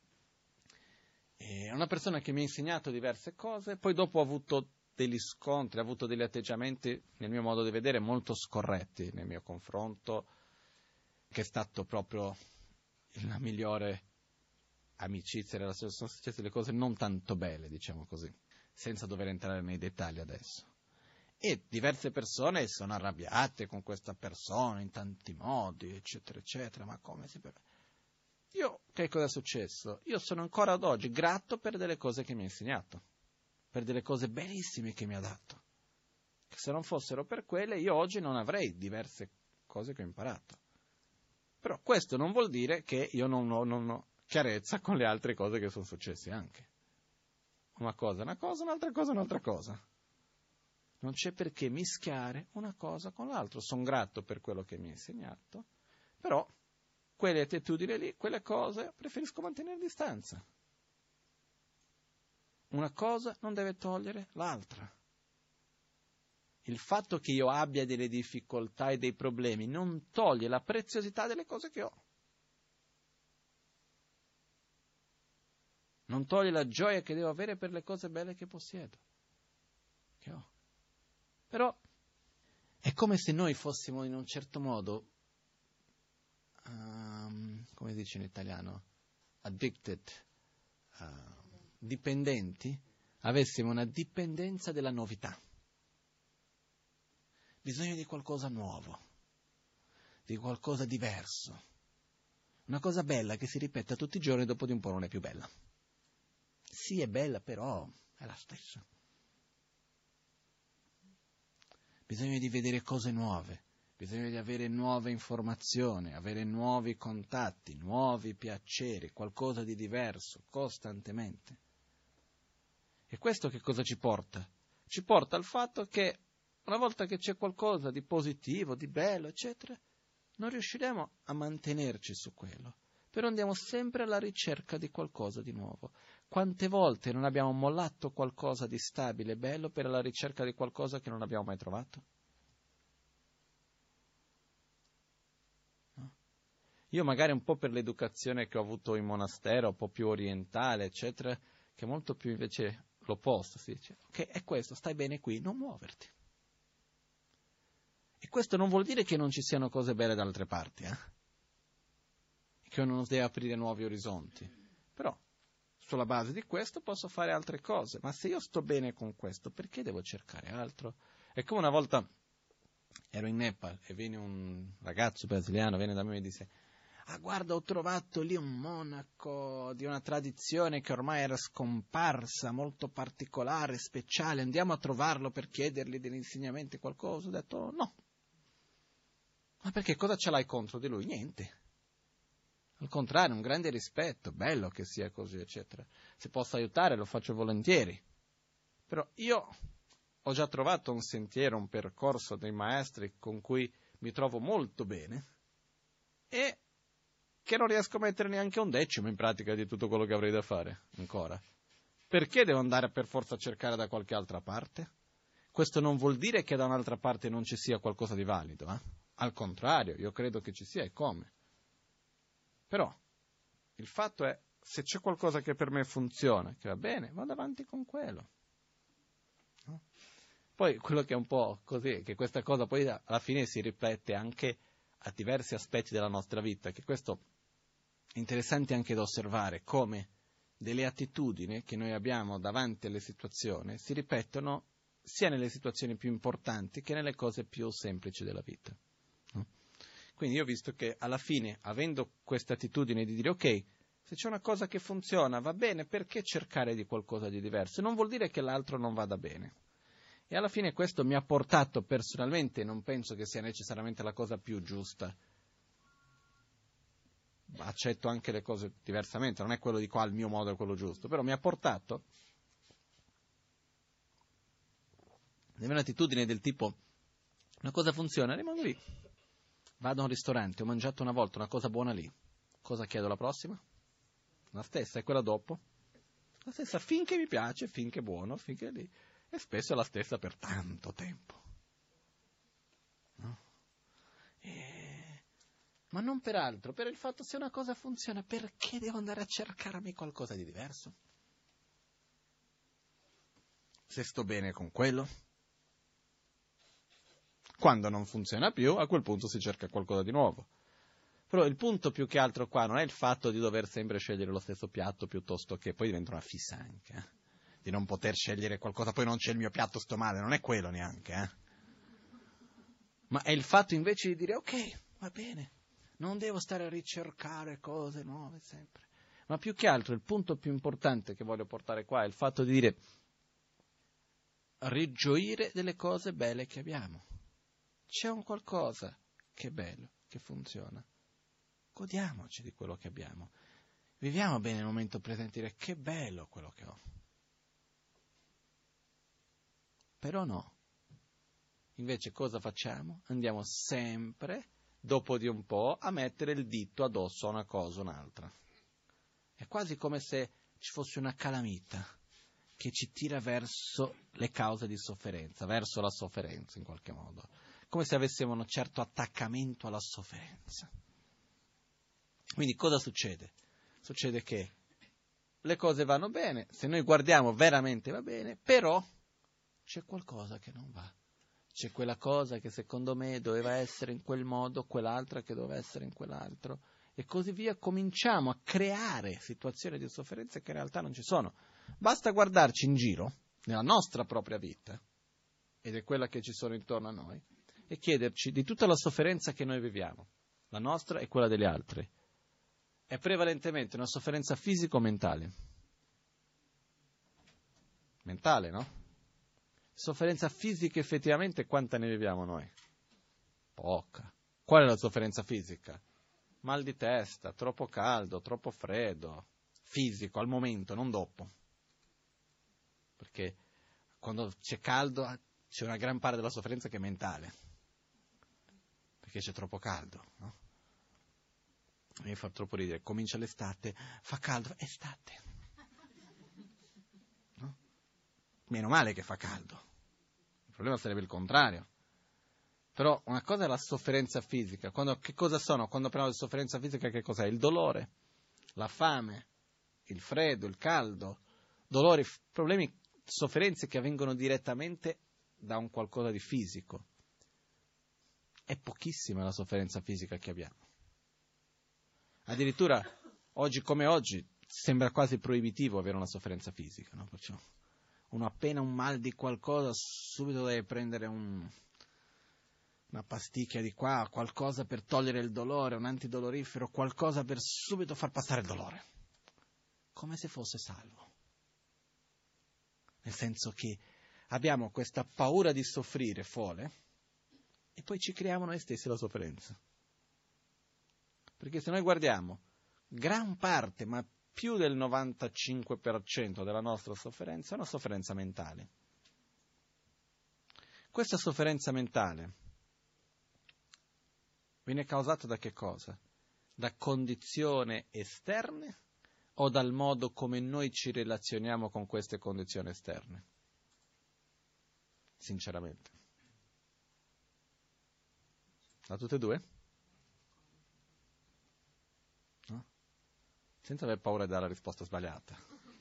eh, una persona che mi ha insegnato diverse cose, poi dopo ho avuto degli scontri, ho avuto degli atteggiamenti, nel mio modo di vedere, molto scorretti nel mio confronto, che è stato proprio la migliore amicizia, relazione, sono successe delle cose non tanto belle, diciamo così, senza dover entrare nei dettagli adesso. E diverse persone sono arrabbiate con questa persona in tanti modi, eccetera, eccetera, ma come si può... Io, che cosa è successo? Io sono ancora ad oggi grato per delle cose che mi ha insegnato, per delle cose bellissime che mi ha dato. Che se non fossero per quelle, io oggi non avrei diverse cose che ho imparato. Però questo non vuol dire che io non ho, non ho chiarezza con le altre cose che sono successe anche. Una cosa è una cosa, un'altra cosa è un'altra cosa. Non c'è perché mischiare una cosa con l'altra. Sono grato per quello che mi ha insegnato, però quelle attitudini lì, quelle cose, preferisco mantenere distanza. Una cosa non deve togliere l'altra. Il fatto che io abbia delle difficoltà e dei problemi non toglie la preziosità delle cose che ho. Non toglie la gioia che devo avere per le cose belle che possiedo, che ho. Però è come se noi fossimo in un certo modo, um, come dice in italiano, addicted, uh, dipendenti, avessimo una dipendenza della novità. Bisogno di qualcosa nuovo, di qualcosa diverso. Una cosa bella che si ripeta tutti i giorni, dopo di un po' non è più bella. Sì, è bella, però è la stessa. Bisogno di vedere cose nuove, bisogno di avere nuove informazioni, avere nuovi contatti, nuovi piaceri, qualcosa di diverso, costantemente. E questo che cosa ci porta? Ci porta al fatto che una volta che c'è qualcosa di positivo, di bello, eccetera, non riusciremo a mantenerci su quello, però andiamo sempre alla ricerca di qualcosa di nuovo. Quante volte non abbiamo mollato qualcosa di stabile e bello per la ricerca di qualcosa che non abbiamo mai trovato? No? Io magari un po' per l'educazione che ho avuto in monastero, un po' più orientale, eccetera, che molto più invece l'opposto, si dice, ok, è questo, stai bene qui, non muoverti. E questo non vuol dire che non ci siano cose belle da altre parti, eh? Che uno non deve aprire nuovi orizzonti. Però, sulla base di questo posso fare altre cose. Ma se io sto bene con questo, perché devo cercare altro? È come una volta ero in Nepal e viene un ragazzo brasiliano, viene da me e mi dice: ah, guarda, ho trovato lì un monaco di una tradizione che ormai era scomparsa, molto particolare, speciale, andiamo a trovarlo per chiedergli degli insegnamenti, qualcosa. Ho detto no. Ma perché cosa ce l'hai contro di lui? Niente. Al contrario, un grande rispetto, bello che sia così, eccetera. Se posso aiutare lo faccio volentieri. Però io ho già trovato un sentiero, un percorso dei maestri con cui mi trovo molto bene e che non riesco a mettere neanche un decimo in pratica di tutto quello che avrei da fare ancora. Perché devo andare per forza a cercare da qualche altra parte? Questo non vuol dire che da un'altra parte non ci sia qualcosa di valido, eh? Al contrario, io credo che ci sia e come. Però il fatto è, se c'è qualcosa che per me funziona, che va bene, vado avanti con quello. No? Poi quello che è un po' così, è che questa cosa poi alla fine si riflette anche a diversi aspetti della nostra vita, che questo è interessante anche da osservare, come delle attitudini che noi abbiamo davanti alle situazioni si ripetono sia nelle situazioni più importanti che nelle cose più semplici della vita. No? Quindi io ho visto che alla fine, avendo questa attitudine di dire ok, se c'è una cosa che funziona va bene, perché cercare di qualcosa di diverso? Non vuol dire che l'altro non vada bene. E alla fine questo mi ha portato personalmente, non penso che sia necessariamente la cosa più giusta, accetto anche le cose diversamente, non è quello di qua il mio modo è quello giusto, però mi ha portato le mie attitudini del tipo, una cosa funziona, rimango lì, vado a un ristorante, ho mangiato una volta una cosa buona lì, cosa chiedo la prossima? La stessa, e quella dopo? La stessa finché mi piace, finché è buono, finché è lì, e spesso è la stessa per tanto tempo. No? E... Ma non per altro, per il fatto se una cosa funziona, perché devo andare a cercarmi qualcosa di diverso? Se sto bene con quello? Quando non funziona più, a quel punto si cerca qualcosa di nuovo. Però il punto più che altro qua non è il fatto di dover sempre scegliere lo stesso piatto, piuttosto che poi diventa una fissa anche, eh? Di non poter scegliere qualcosa, poi non c'è il mio piatto, sto male, non è quello neanche, eh? Ma è il fatto invece di dire, ok, va bene, non devo stare a ricercare cose nuove sempre. Ma più che altro il punto più importante che voglio portare qua è il fatto di dire, rigioire delle cose belle che abbiamo. C'è un qualcosa che è bello, che funziona. Godiamoci di quello che abbiamo. Viviamo bene nel momento presente e dire che bello quello che ho. Però no. Invece cosa facciamo? Andiamo sempre, dopo di un po', a mettere il dito addosso a una cosa o un'altra. È quasi come se ci fosse una calamita che ci tira verso le cause di sofferenza, verso la sofferenza in qualche modo. Come se avessimo un certo attaccamento alla sofferenza. Quindi cosa succede? Succede che le cose vanno bene, se noi guardiamo veramente va bene, però c'è qualcosa che non va. C'è quella cosa che secondo me doveva essere in quel modo, quell'altra che doveva essere in quell'altro, e così via. Cominciamo a creare situazioni di sofferenza che in realtà non ci sono. Basta guardarci in giro, nella nostra propria vita, ed è quella che ci sono intorno a noi, e chiederci di tutta la sofferenza che noi viviamo, la nostra e quella degli altri. È prevalentemente una sofferenza fisica o mentale? Mentale, no? Sofferenza fisica effettivamente quanta ne viviamo noi? Poca. Qual è la sofferenza fisica? Mal di testa, troppo caldo, troppo freddo, fisico al momento, non dopo. Perché quando c'è caldo c'è una gran parte della sofferenza che è mentale, perché c'è troppo caldo, no? Mi fa troppo ridere, comincia l'estate, fa caldo, estate. No? Meno male che fa caldo. Il problema sarebbe il contrario. Però una cosa è la sofferenza fisica. Quando, che cosa sono? Quando parliamo di sofferenza fisica, che cos'è? Il dolore, la fame, il freddo, il caldo, dolori, problemi, sofferenze che avvengono direttamente da un qualcosa di fisico. È pochissima la sofferenza fisica che abbiamo. Addirittura, oggi come oggi, sembra quasi proibitivo avere una sofferenza fisica, no? Perciò uno appena un mal di qualcosa, subito deve prendere un, una pasticchia di qua, qualcosa per togliere il dolore, un antidolorifero, qualcosa per subito far passare il dolore. Come se fosse salvo. Nel senso che abbiamo questa paura di soffrire folle e poi ci creiamo noi stessi la sofferenza. Perché se noi guardiamo, gran parte, ma più del novantacinque per cento della nostra sofferenza è una sofferenza mentale. Questa sofferenza mentale viene causata da che cosa? Da condizioni esterne o dal modo come noi ci relazioniamo con queste condizioni esterne? Sinceramente. Da tutte e due? No? Senza aver paura di dare la risposta sbagliata.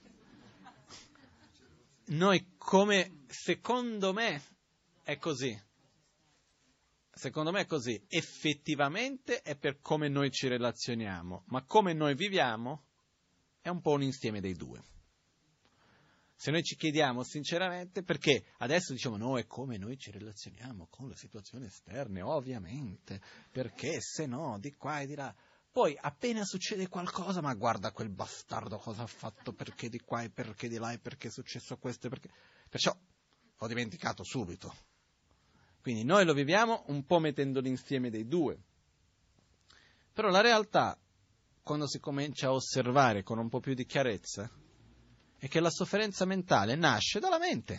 Noi come, secondo me, è così. Secondo me è così. Effettivamente è per come noi ci relazioniamo, ma come noi viviamo è un po' un insieme dei due. Se noi ci chiediamo sinceramente, perché adesso diciamo no, è come noi ci relazioniamo con le situazioni esterne, ovviamente, perché se no, di qua e di là. Poi appena succede qualcosa, ma guarda quel bastardo cosa ha fatto, perché di qua e perché di là e perché è successo questo e perché... Perciò ho dimenticato subito. Quindi noi lo viviamo un po' mettendo l'insieme dei due. Però la realtà quando si comincia a osservare con un po' più di chiarezza, è che la sofferenza mentale nasce dalla mente,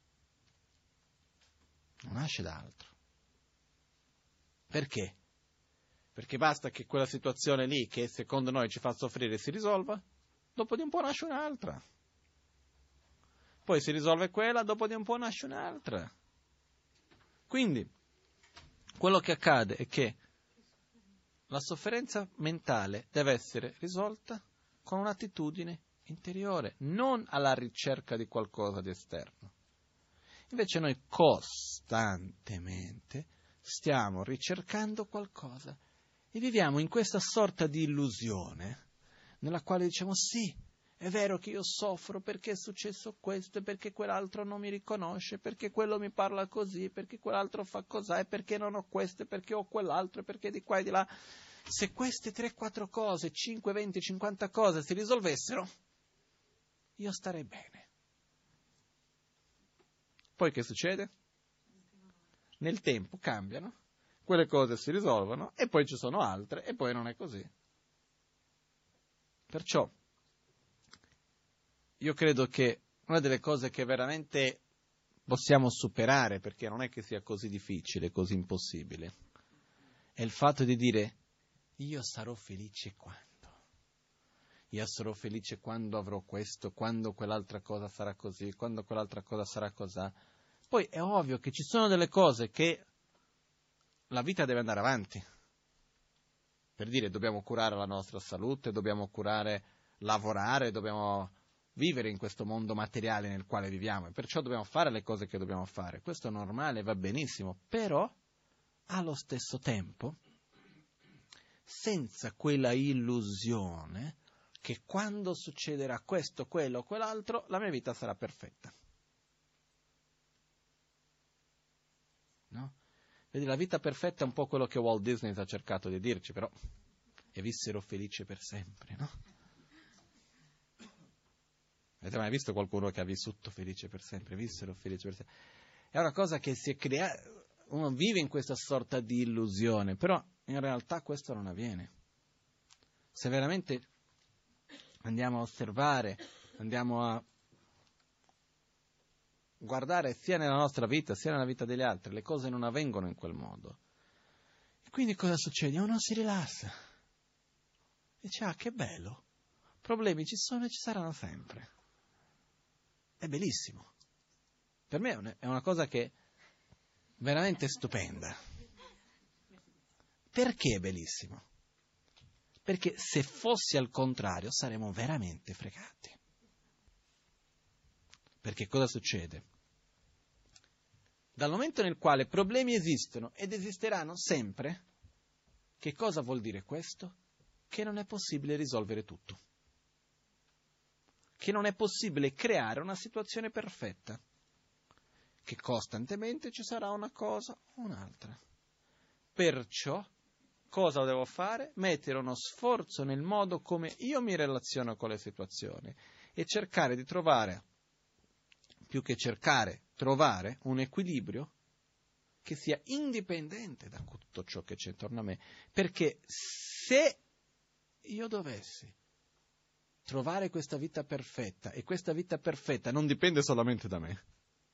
non nasce da altro. Perché? Perché basta che quella situazione lì, che secondo noi ci fa soffrire, si risolva, dopo di un po' nasce un'altra. Poi si risolve quella, dopo di un po' nasce un'altra. Quindi, quello che accade è che la sofferenza mentale deve essere risolta con un'attitudine interiore, non alla ricerca di qualcosa di esterno. Invece noi costantemente stiamo ricercando qualcosa e viviamo in questa sorta di illusione nella quale diciamo sì, è vero che io soffro perché è successo questo, perché quell'altro non mi riconosce, perché quello mi parla così, perché quell'altro fa cos'è, e perché non ho questo, perché ho quell'altro, e perché di qua e di là. Se queste tre quattro cose, cinque, venti, cinquanta cose si risolvessero, io starei bene. Poi che succede? Nel tempo cambiano, quelle cose si risolvono e poi ci sono altre e poi non è così. Perciò io credo che una delle cose che veramente possiamo superare, perché non è che sia così difficile, così impossibile, è il fatto di dire io sarò felice quando? Io sarò felice quando avrò questo, quando quell'altra cosa sarà così, quando quell'altra cosa sarà così. Poi è ovvio che ci sono delle cose che la vita deve andare avanti. Per dire, dobbiamo curare la nostra salute, dobbiamo curare, lavorare, dobbiamo vivere in questo mondo materiale nel quale viviamo e perciò dobbiamo fare le cose che dobbiamo fare. Questo è normale, va benissimo, però allo stesso tempo senza quella illusione che quando succederà questo, quello o quell'altro, la mia vita sarà perfetta. No? Vedi, la vita perfetta è un po' quello che Walt Disney ha cercato di dirci, però e vissero felice per sempre, no? Avete mai visto qualcuno che ha vissuto felice per sempre? Vissero felice per sempre. È una cosa che si è creata, uno vive in questa sorta di illusione, però in realtà questo non avviene. Se veramente andiamo a osservare, andiamo a guardare sia nella nostra vita, sia nella vita degli altri, le cose non avvengono in quel modo. E quindi cosa succede? Uno si rilassa. Dice, ah, che bello. Problemi ci sono e ci saranno sempre. È bellissimo. Per me è una cosa che è veramente stupenda. Perché è bellissimo? Perché se fosse al contrario saremmo veramente fregati. Perché cosa succede? Dal momento nel quale problemi esistono ed esisteranno sempre, che cosa vuol dire questo? Che non è possibile risolvere tutto. Che non è possibile creare una situazione perfetta. Che costantemente ci sarà una cosa o un'altra. Perciò, cosa devo fare? Mettere uno sforzo nel modo come io mi relaziono con le situazioni e cercare di trovare, più che cercare, trovare un equilibrio che sia indipendente da tutto ciò che c'è intorno a me. Perché se io dovessi trovare questa vita perfetta, e questa vita perfetta non dipende solamente da me,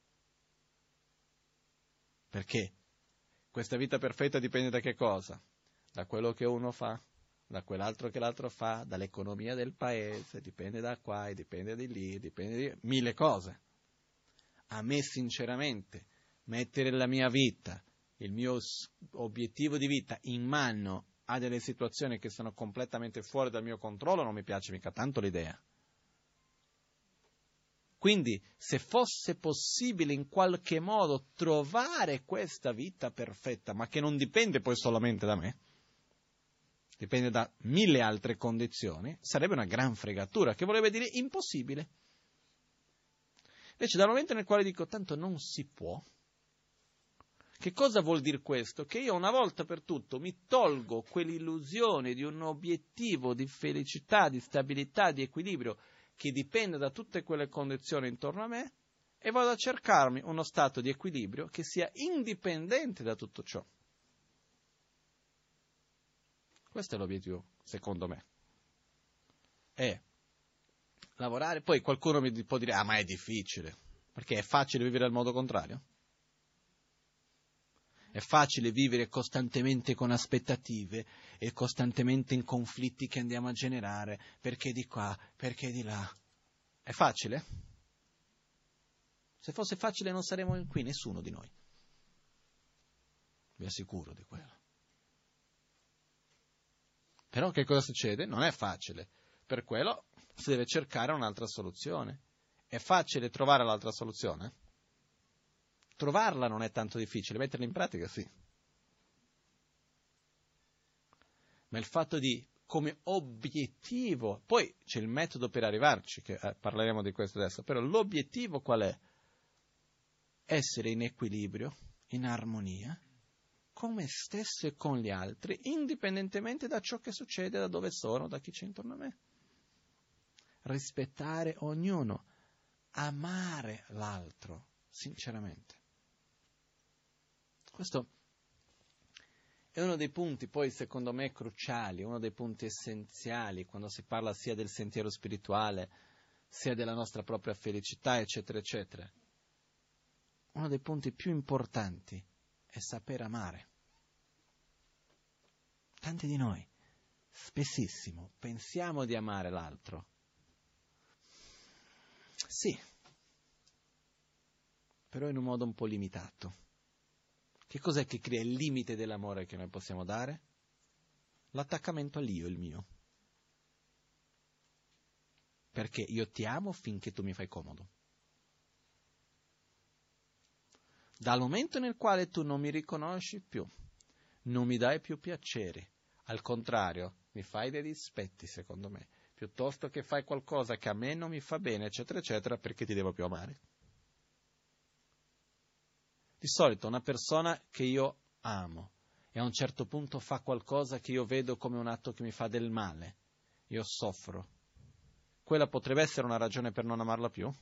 perché questa vita perfetta dipende da che cosa? Da quello che uno fa, da quell'altro che l'altro fa, dall'economia del paese, dipende da qua e dipende di lì, dipende di mille cose. A me sinceramente mettere la mia vita, il mio obiettivo di vita in mano a delle situazioni che sono completamente fuori dal mio controllo non mi piace mica tanto l'idea. Quindi, se fosse possibile in qualche modo trovare questa vita perfetta, ma che non dipende poi solamente da me, dipende da mille altre condizioni, sarebbe una gran fregatura, che vorrebbe dire impossibile. Invece, dal momento nel quale dico, tanto non si può, che cosa vuol dire questo? Che io una volta per tutto mi tolgo quell'illusione di un obiettivo di felicità, di stabilità, di equilibrio, che dipende da tutte quelle condizioni intorno a me, e vado a cercarmi uno stato di equilibrio che sia indipendente da tutto ciò. Questo è l'obiettivo, secondo me. è lavorare. Poi qualcuno mi può dire, ah ma è difficile, perché è facile vivere al modo contrario? È facile vivere costantemente con aspettative e costantemente in conflitti che andiamo a generare, perché di qua, perché di là. È facile? Se fosse facile non saremmo qui, nessuno di noi. Vi assicuro di quello. Però che cosa succede? Non è facile. Per quello si deve cercare un'altra soluzione. È facile trovare l'altra soluzione? Trovarla non è tanto difficile, metterla in pratica sì. Ma il fatto di, come obiettivo, poi c'è il metodo per arrivarci, che eh, parleremo di questo adesso, però l'obiettivo qual è? Essere in equilibrio, in armonia, con me stesso e con gli altri, indipendentemente da ciò che succede, da dove sono, da chi c'è intorno a me. Rispettare ognuno, amare l'altro, sinceramente. Questo è uno dei punti, poi, secondo me, cruciali, uno dei punti essenziali, quando si parla sia del sentiero spirituale, sia della nostra propria felicità, eccetera, eccetera. Uno dei punti più importanti è saper amare. Tanti di noi, spessissimo, pensiamo di amare l'altro. Sì, però in un modo un po' limitato. Che cos'è che crea il limite dell'amore che noi possiamo dare? L'attaccamento all'io, il mio. Perché io ti amo finché tu mi fai comodo. Dal momento nel quale tu non mi riconosci più, non mi dai più piaceri, al contrario, mi fai dei dispetti, secondo me, piuttosto che fai qualcosa che a me non mi fa bene, eccetera, eccetera, perché ti devo più amare. Di solito una persona che io amo e a un certo punto fa qualcosa che io vedo come un atto che mi fa del male, io soffro. Quella potrebbe essere una ragione per non amarla più?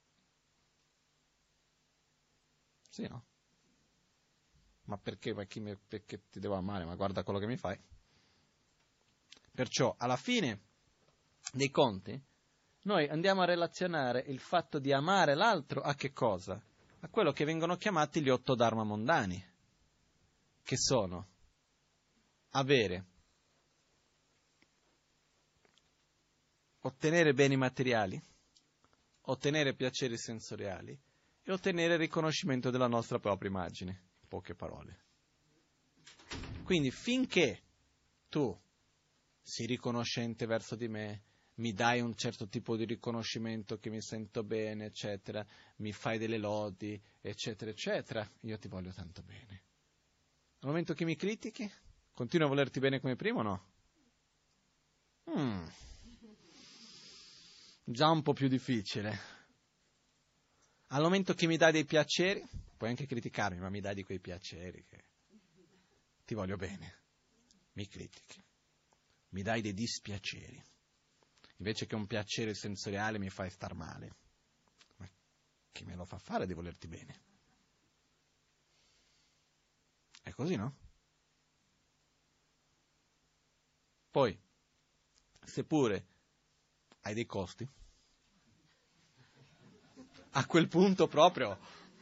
Sì, no? Ma perché? Ma chi mi, perché ti devo amare? Ma guarda quello che mi fai. Perciò, alla fine dei conti, noi andiamo a relazionare il fatto di amare l'altro a che cosa? A quello che vengono chiamati gli otto dharma mondani, che sono avere, ottenere beni materiali, ottenere piaceri sensoriali e ottenere il riconoscimento della nostra propria immagine, in poche parole. Quindi finché tu sii riconoscente verso di me, mi dai un certo tipo di riconoscimento che mi sento bene, eccetera, mi fai delle lodi, eccetera, eccetera, io ti voglio tanto bene. Al momento che mi critichi, continuo a volerti bene come prima o no? Mm. Già un po' più difficile. Al momento che mi dai dei piaceri, puoi anche criticarmi, ma mi dai di quei piaceri che ti voglio bene. Mi critichi. Mi dai dei dispiaceri. Invece che un piacere sensoriale mi fai star male. Ma chi me lo fa fare di volerti bene? È così, no? Poi, seppure hai dei costi, a quel punto proprio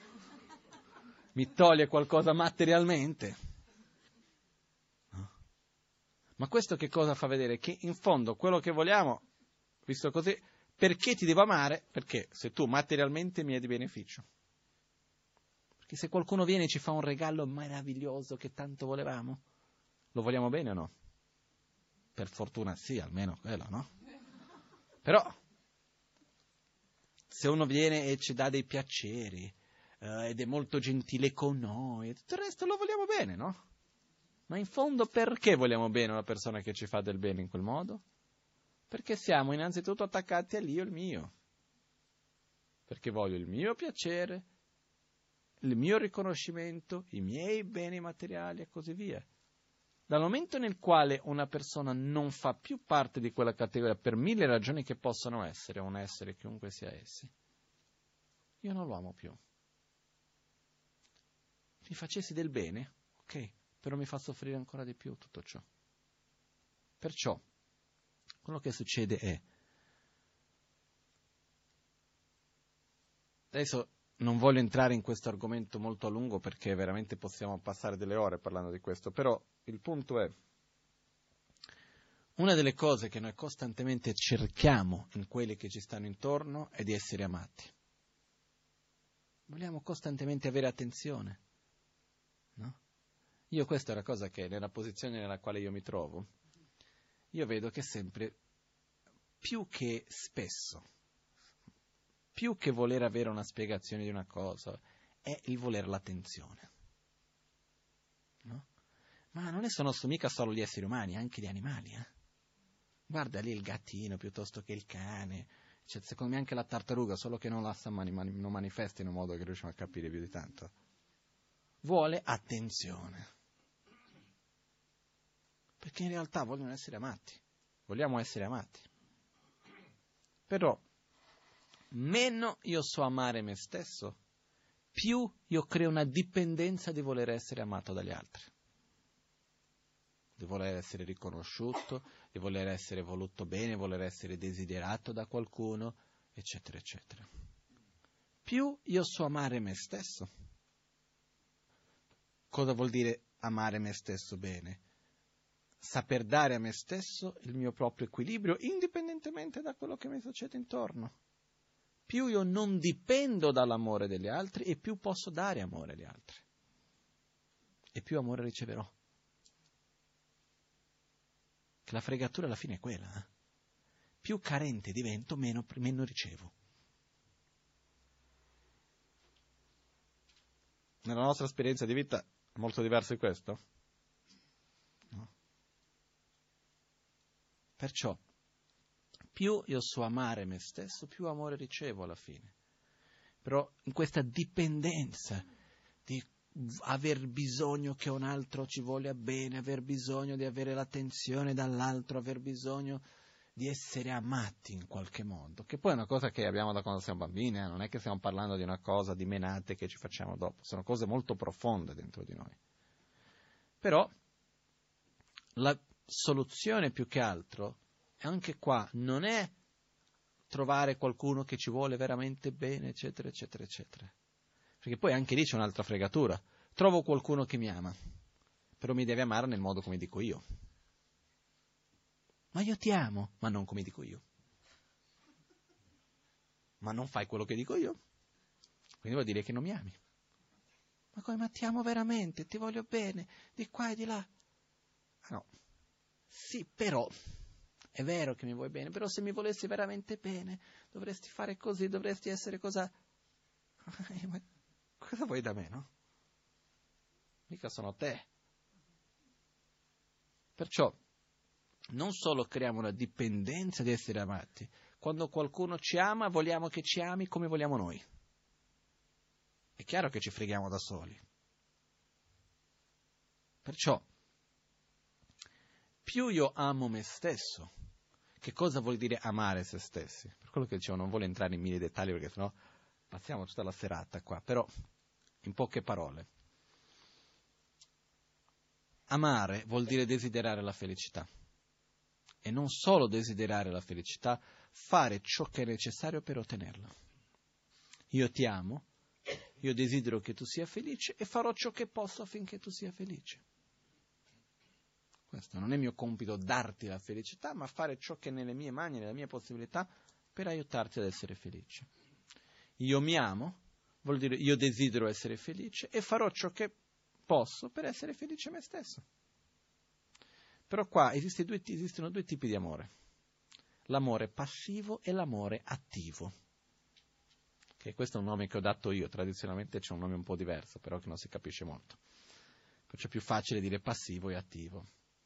mi toglie qualcosa materialmente. No? Ma questo che cosa fa vedere? Che in fondo quello che vogliamo, visto così, perché ti devo amare? Perché se tu materialmente mi è di beneficio. Perché se qualcuno viene e ci fa un regalo meraviglioso che tanto volevamo, lo vogliamo bene o no? Per fortuna sì, almeno quello, no? Però, se uno viene e ci dà dei piaceri, eh, ed è molto gentile con noi, tutto il resto lo vogliamo bene, no? Ma in fondo perché vogliamo bene una persona che ci fa del bene in quel modo? Perché siamo innanzitutto attaccati all'io e il mio. Perché voglio il mio piacere, il mio riconoscimento, i miei beni materiali e così via. Dal momento nel quale una persona non fa più parte di quella categoria per mille ragioni che possono essere, un essere chiunque sia essi, io non lo amo più. Mi facessi del bene, ok, però mi fa soffrire ancora di più tutto ciò. Perciò, quello che succede è, Adesso non voglio entrare in questo argomento molto a lungo perché veramente possiamo passare delle ore parlando di questo, però il punto è, una delle cose che noi costantemente cerchiamo in quelli che ci stanno intorno è di essere amati. Vogliamo costantemente avere attenzione, no? Io questa è la cosa che nella posizione nella quale io mi trovo, io vedo che sempre, più che spesso, più che voler avere una spiegazione di una cosa, è il voler l'attenzione, no? Ma non sono mica solo gli esseri umani, anche gli animali, eh? Guarda lì il gattino piuttosto che il cane, cioè, secondo me anche la tartaruga, solo che non la sa mani, mani, non manifesta in un modo che riusciamo a capire più di tanto. Vuole attenzione. Perché in realtà vogliono essere amati. Vogliamo essere amati. Però, meno io so amare me stesso, più io creo una dipendenza di voler essere amato dagli altri. Di voler essere riconosciuto, di voler essere voluto bene, voler essere desiderato da qualcuno, eccetera, eccetera. Più io so amare me stesso. Cosa vuol dire amare me stesso bene? Saper dare a me stesso il mio proprio equilibrio, indipendentemente da quello che mi succede intorno. Più io non dipendo dall'amore degli altri e più posso dare amore agli altri. E più amore riceverò. Che la fregatura alla fine è quella. Eh? Più carente divento, meno, meno ricevo. Nella nostra esperienza di vita è molto diverso di questo? No. Perciò, più io so amare me stesso, più amore ricevo alla fine. Però in questa dipendenza di aver bisogno che un altro ci voglia bene, aver bisogno di avere l'attenzione dall'altro, aver bisogno di essere amati in qualche modo, che poi è una cosa che abbiamo da quando siamo bambini, eh? Non è che stiamo parlando di una cosa di menate che ci facciamo dopo, sono cose molto profonde dentro di noi. Però la soluzione più che altro, anche qua, non è trovare qualcuno che ci vuole veramente bene, eccetera, eccetera, eccetera. Perché poi anche lì c'è un'altra fregatura. Trovo qualcuno che mi ama, però mi deve amare nel modo come dico io. Ma io ti amo, ma non come dico io. Ma non fai quello che dico io. Quindi vuol dire che non mi ami. Ma come, ma ti amo veramente, ti voglio bene, di qua e di là. Ah, no. Sì, però, è vero che mi vuoi bene, però se mi volessi veramente bene, dovresti fare così, dovresti essere cosa... Ma cosa vuoi da me, no? Mica sono te. Perciò, non solo creiamo una dipendenza di essere amati, quando qualcuno ci ama, vogliamo che ci ami come vogliamo noi. È chiaro che ci freghiamo da soli. Perciò, più io amo me stesso, che cosa vuol dire amare se stessi? Per quello che dicevo, non voglio entrare in mille dettagli perché sennò passiamo tutta la serata qua, però in poche parole. Amare vuol dire desiderare la felicità. E non solo desiderare la felicità, fare ciò che è necessario per ottenerla. Io ti amo, io desidero che tu sia felice e farò ciò che posso affinché tu sia felice. Questo non è mio compito darti la felicità, ma fare ciò che è nelle mie mani, nelle mie possibilità, per aiutarti ad essere felice. Io mi amo, vuol dire io desidero essere felice e farò ciò che posso per essere felice me stesso. Però qua esiste due, esistono due tipi di amore. L'amore passivo e l'amore attivo. Che questo è un nome che ho dato io, tradizionalmente c'è un nome un po' diverso, però che non si capisce molto. Perciò è più facile dire passivo e attivo.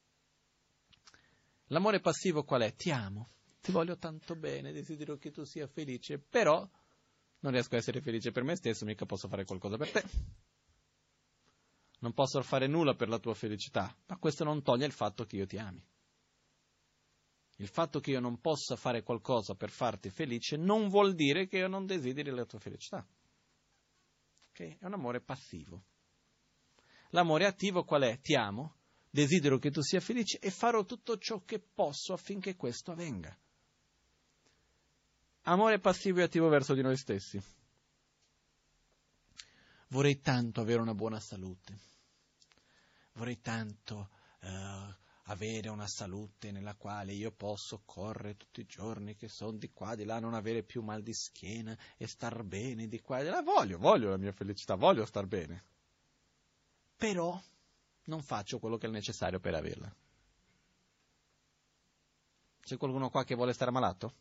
L'amore passivo qual è? Ti amo, ti voglio tanto bene, desidero che tu sia felice, però non riesco a essere felice per me stesso, mica posso fare qualcosa per te. Non posso fare nulla per la tua felicità, ma questo non toglie il fatto che io ti ami. Il fatto che io non possa fare qualcosa per farti felice non vuol dire che io non desideri la tua felicità. Okay? È un amore passivo. L'amore attivo qual è? Ti amo, desidero che tu sia felice e farò tutto ciò che posso affinché questo avvenga. Amore passivo e attivo verso di noi stessi. vorrei tanto avere una buona salute, vorrei tanto uh, avere una salute nella quale io posso correre tutti i giorni, che sono di qua, di là, non avere più mal di schiena e star bene di qua e di là. Voglio, voglio la mia felicità, voglio star bene. Però non faccio quello che è necessario per averla. C'è qualcuno qua che vuole stare malato?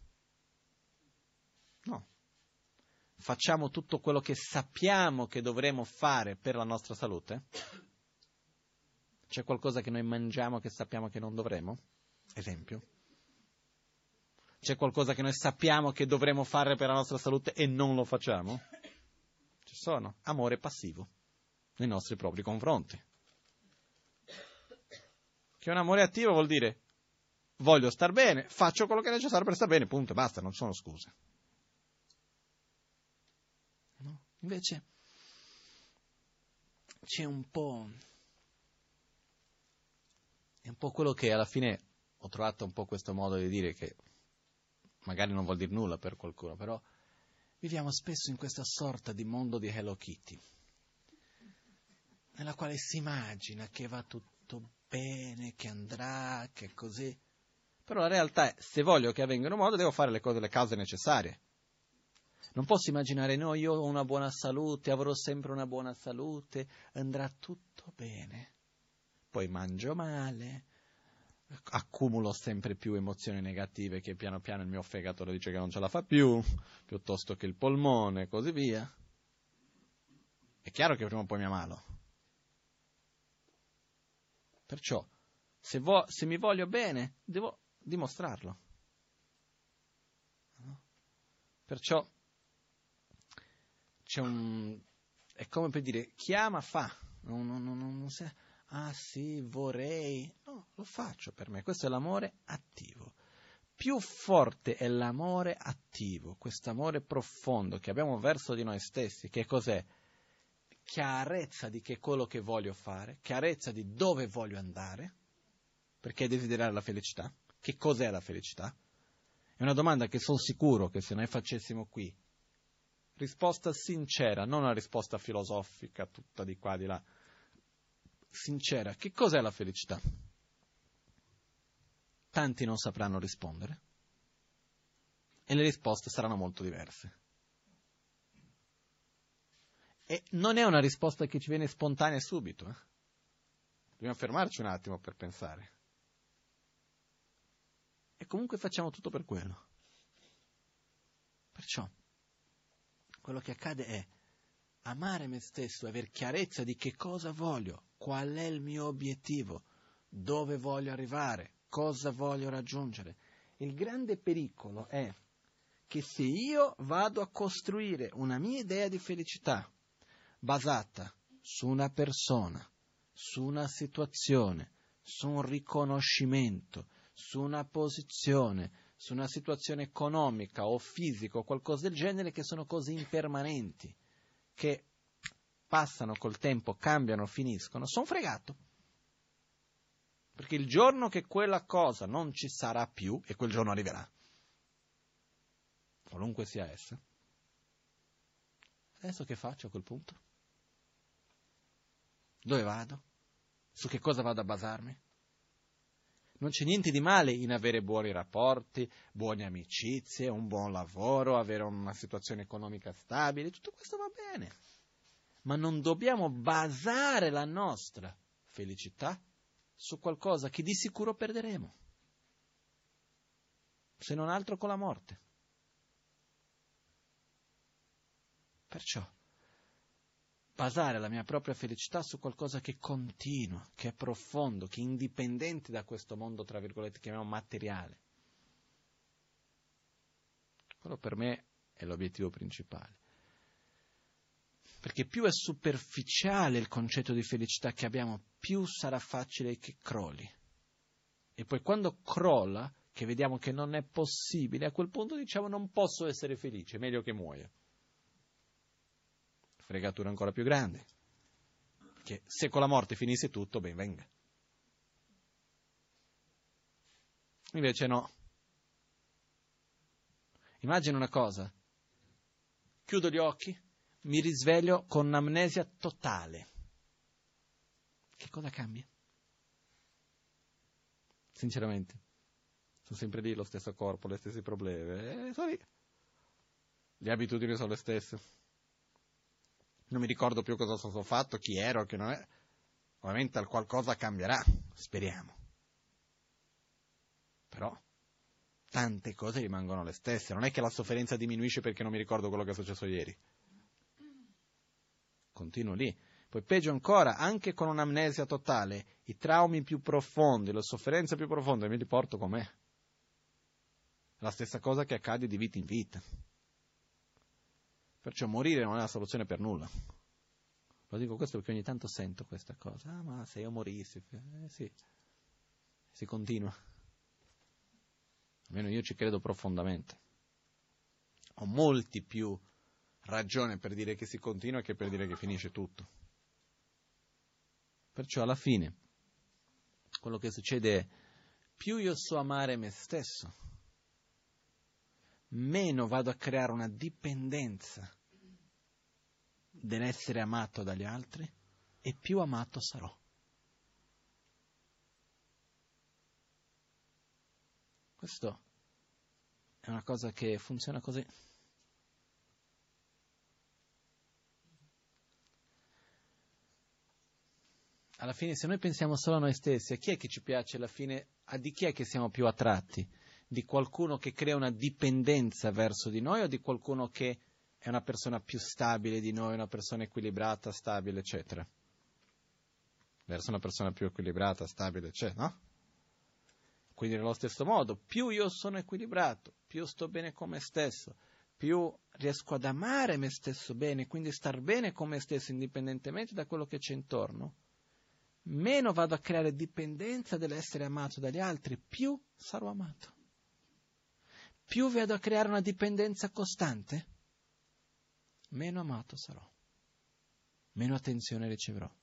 No. Facciamo tutto quello che sappiamo che dovremo fare per la nostra salute? C'è qualcosa che noi mangiamo che sappiamo che non dovremo? Esempio. C'è qualcosa che noi sappiamo che dovremo fare per la nostra salute e non lo facciamo? Ci sono. Amore passivo nei nostri propri confronti. Che un amore attivo vuol dire voglio star bene, faccio quello che è necessario per star bene, punto, basta, non sono scuse. No? Invece c'è un po', è un po' quello che alla fine ho trovato un po' questo modo di dire che magari non vuol dire nulla per qualcuno, però viviamo spesso in questa sorta di mondo di Hello Kitty, nella quale si immagina che va tutto bene, che andrà, che è così. Però la realtà è, se voglio che avvengano in modo, devo fare le cose, le cause necessarie. Non posso immaginare, no, io ho una buona salute, avrò sempre una buona salute, andrà tutto bene. Poi mangio male, accumulo sempre più emozioni negative che piano piano il mio fegato dice che non ce la fa più, piuttosto che il polmone e così via. È chiaro che prima o poi mi ammalo. Perciò, se, vo- se mi voglio bene, devo dimostrarlo. No? Perciò c'è un... è come per dire, chi ama fa. Non, non, non, non sei, ah sì, vorrei. No, lo faccio per me. Questo è l'amore attivo. Più forte è l'amore attivo, questo amore profondo che abbiamo verso di noi stessi. Che cos'è? Chiarezza di che quello che voglio fare, chiarezza di dove voglio andare, perché desiderare la felicità. Che cos'è la felicità? È una domanda che sono sicuro che se noi facessimo qui, risposta sincera, non una risposta filosofica, tutta di qua, di là, sincera, che cos'è la felicità? Tanti non sapranno rispondere e le risposte saranno molto diverse. E non è una risposta che ci viene spontanea subito. Eh? Dobbiamo fermarci un attimo per pensare. E comunque facciamo tutto per quello. Perciò, quello che accade è amare me stesso, aver chiarezza di che cosa voglio, qual è il mio obiettivo, dove voglio arrivare, cosa voglio raggiungere. Il grande pericolo è che se io vado a costruire una mia idea di felicità basata su una persona, su una situazione, su un riconoscimento, su una posizione, su una situazione economica o fisica o qualcosa del genere, che sono cose impermanenti, che passano col tempo, cambiano, finiscono, sono fregato. Perché il giorno che quella cosa non ci sarà più, e quel giorno arriverà, qualunque sia essa, adesso che faccio a quel punto? Dove vado? Su che cosa vado a basarmi? Non c'è niente di male in avere buoni rapporti, buone amicizie, un buon lavoro, avere una situazione economica stabile, tutto questo va bene. Ma non dobbiamo basare la nostra felicità su qualcosa che di sicuro perderemo, se non altro con la morte. Perciò, basare la mia propria felicità su qualcosa che continua, che è profondo, che è indipendente da questo mondo, tra virgolette, che chiamiamo materiale. Quello per me è l'obiettivo principale. Perché più è superficiale il concetto di felicità che abbiamo, più sarà facile che crolli. E poi quando crolla, che vediamo che non è possibile, a quel punto diciamo non posso essere felice, è meglio che muoia. Fregatura ancora più grande. Perché se con la morte finisse tutto, ben venga. Invece no. Immagina una cosa. Chiudo gli occhi, mi risveglio con un'amnesia totale. Che cosa cambia? Sinceramente, sono sempre lì, lo stesso corpo, gli stessi problemi, eh, sono lì. Le abitudini sono le stesse. Non mi ricordo più cosa sono fatto, chi ero, chi non è. Ovviamente qualcosa cambierà, speriamo. Però tante cose rimangono le stesse. Non è che la sofferenza diminuisce perché non mi ricordo quello che è successo ieri. Continuo lì. Poi peggio ancora, anche con un'amnesia totale, i traumi più profondi, le sofferenze più profonde me li porto con me. La stessa cosa che accade di vita in vita. Perciò morire non è la soluzione per nulla. Lo dico questo perché ogni tanto sento questa cosa. Ah, ma se io morissi... Eh sì, si continua. Almeno io ci credo profondamente. Ho molti più ragioni per dire che si continua che per dire che finisce tutto. Perciò alla fine, quello che succede è, più io so amare me stesso, meno vado a creare una dipendenza dell'essere amato dagli altri e più amato sarò. Questo è una cosa che funziona così. Alla fine, se noi pensiamo solo a noi stessi, a chi è che ci piace alla fine, a di chi è che siamo più attratti? Di qualcuno che crea una dipendenza verso di noi o di qualcuno che è una persona più stabile di noi, una persona equilibrata, stabile, eccetera? Verso una persona più equilibrata, stabile, eccetera, no? Quindi nello stesso modo, più io sono equilibrato, più sto bene con me stesso, più riesco ad amare me stesso bene, quindi star bene con me stesso indipendentemente da quello che c'è intorno, meno vado a creare dipendenza dell'essere amato dagli altri, più sarò amato. Più vado a creare una dipendenza costante, meno amato sarò, meno attenzione riceverò.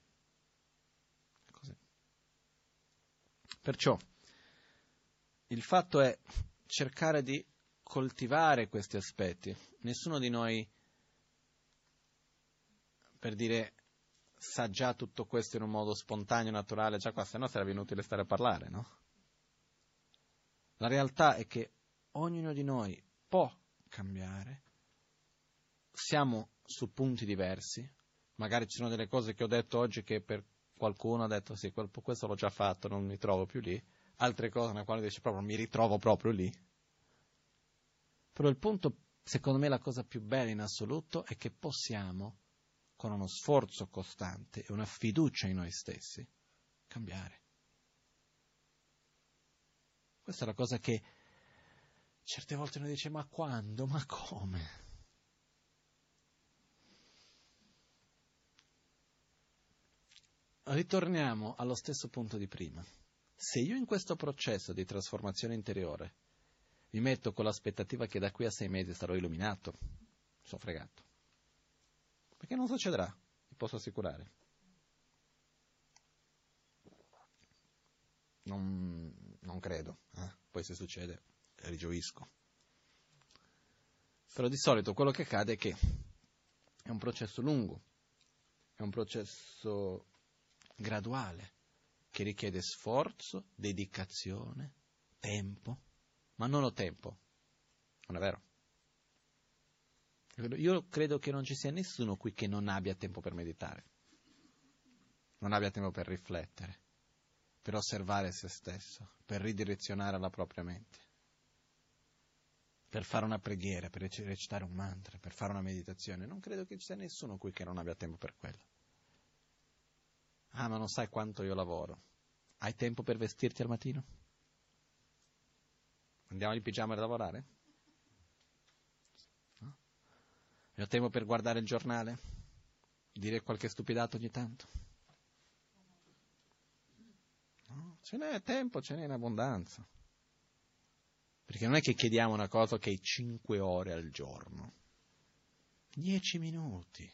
Così. Perciò il fatto è cercare di coltivare questi aspetti. Nessuno di noi, per dire, sa già tutto questo in un modo spontaneo, naturale, già qua, se no sarebbe inutile stare a parlare, no? La realtà è che ognuno di noi può cambiare, siamo su punti diversi, magari ci sono delle cose che ho detto oggi che per qualcuno ha detto sì, questo l'ho già fatto, non mi trovo più lì, altre cose nelle quali dice proprio mi ritrovo proprio lì. Però il punto, secondo me la cosa più bella in assoluto è che possiamo, con uno sforzo costante e una fiducia in noi stessi, cambiare. Questa è la cosa che certe volte uno dice, ma quando, ma come? Ritorniamo allo stesso punto di prima. Se io in questo processo di trasformazione interiore mi metto con l'aspettativa che da qui a sei mesi sarò illuminato, sono fregato. Perché non succederà, vi posso assicurare. Non, non credo, eh? Poi se succede rigioisco. Però di solito quello che accade è che è un processo lungo, è un processo graduale, che richiede sforzo, dedicazione, tempo, ma non ho tempo, non è vero? Io credo che non ci sia nessuno qui che non abbia tempo per meditare, non abbia tempo per riflettere, per osservare se stesso, per ridirezionare la propria mente, per fare una preghiera, per recitare un mantra, per fare una meditazione. Non credo che ci sia nessuno qui che non abbia tempo per quello. Ah, ma non sai quanto io lavoro. Hai tempo per vestirti al mattino? Andiamo in pigiama a lavorare? No? Io ho tempo per guardare il giornale? Dire qualche stupidato ogni tanto? No? Ce n'è tempo, ce n'è in abbondanza. Perché non è che chiediamo una cosa che è cinque ore al giorno. Dieci minuti.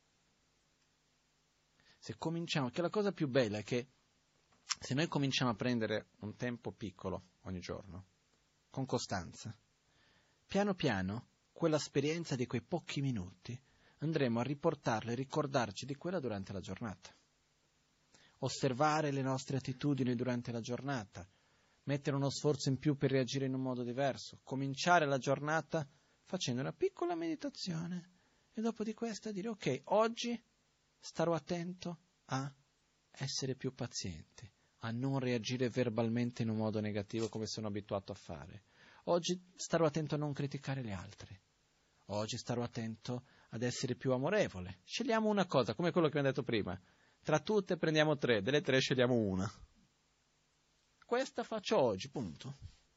Se cominciamo, che la cosa più bella è che se noi cominciamo a prendere un tempo piccolo ogni giorno, con costanza, piano piano, quell'esperienza di quei pochi minuti andremo a riportarla e ricordarci di quella durante la giornata. Osservare le nostre attitudini durante la giornata, mettere uno sforzo in più per reagire in un modo diverso, cominciare la giornata facendo una piccola meditazione e dopo di questa dire ok, oggi starò attento a essere più paziente, a non reagire verbalmente in un modo negativo come sono abituato a fare. Oggi starò attento a non criticare gli altri. Oggi starò attento ad essere più amorevole. Scegliamo una cosa, come quello che abbiamo detto prima. Tra tutte prendiamo tre, delle tre scegliamo una. Questa faccio oggi, punto.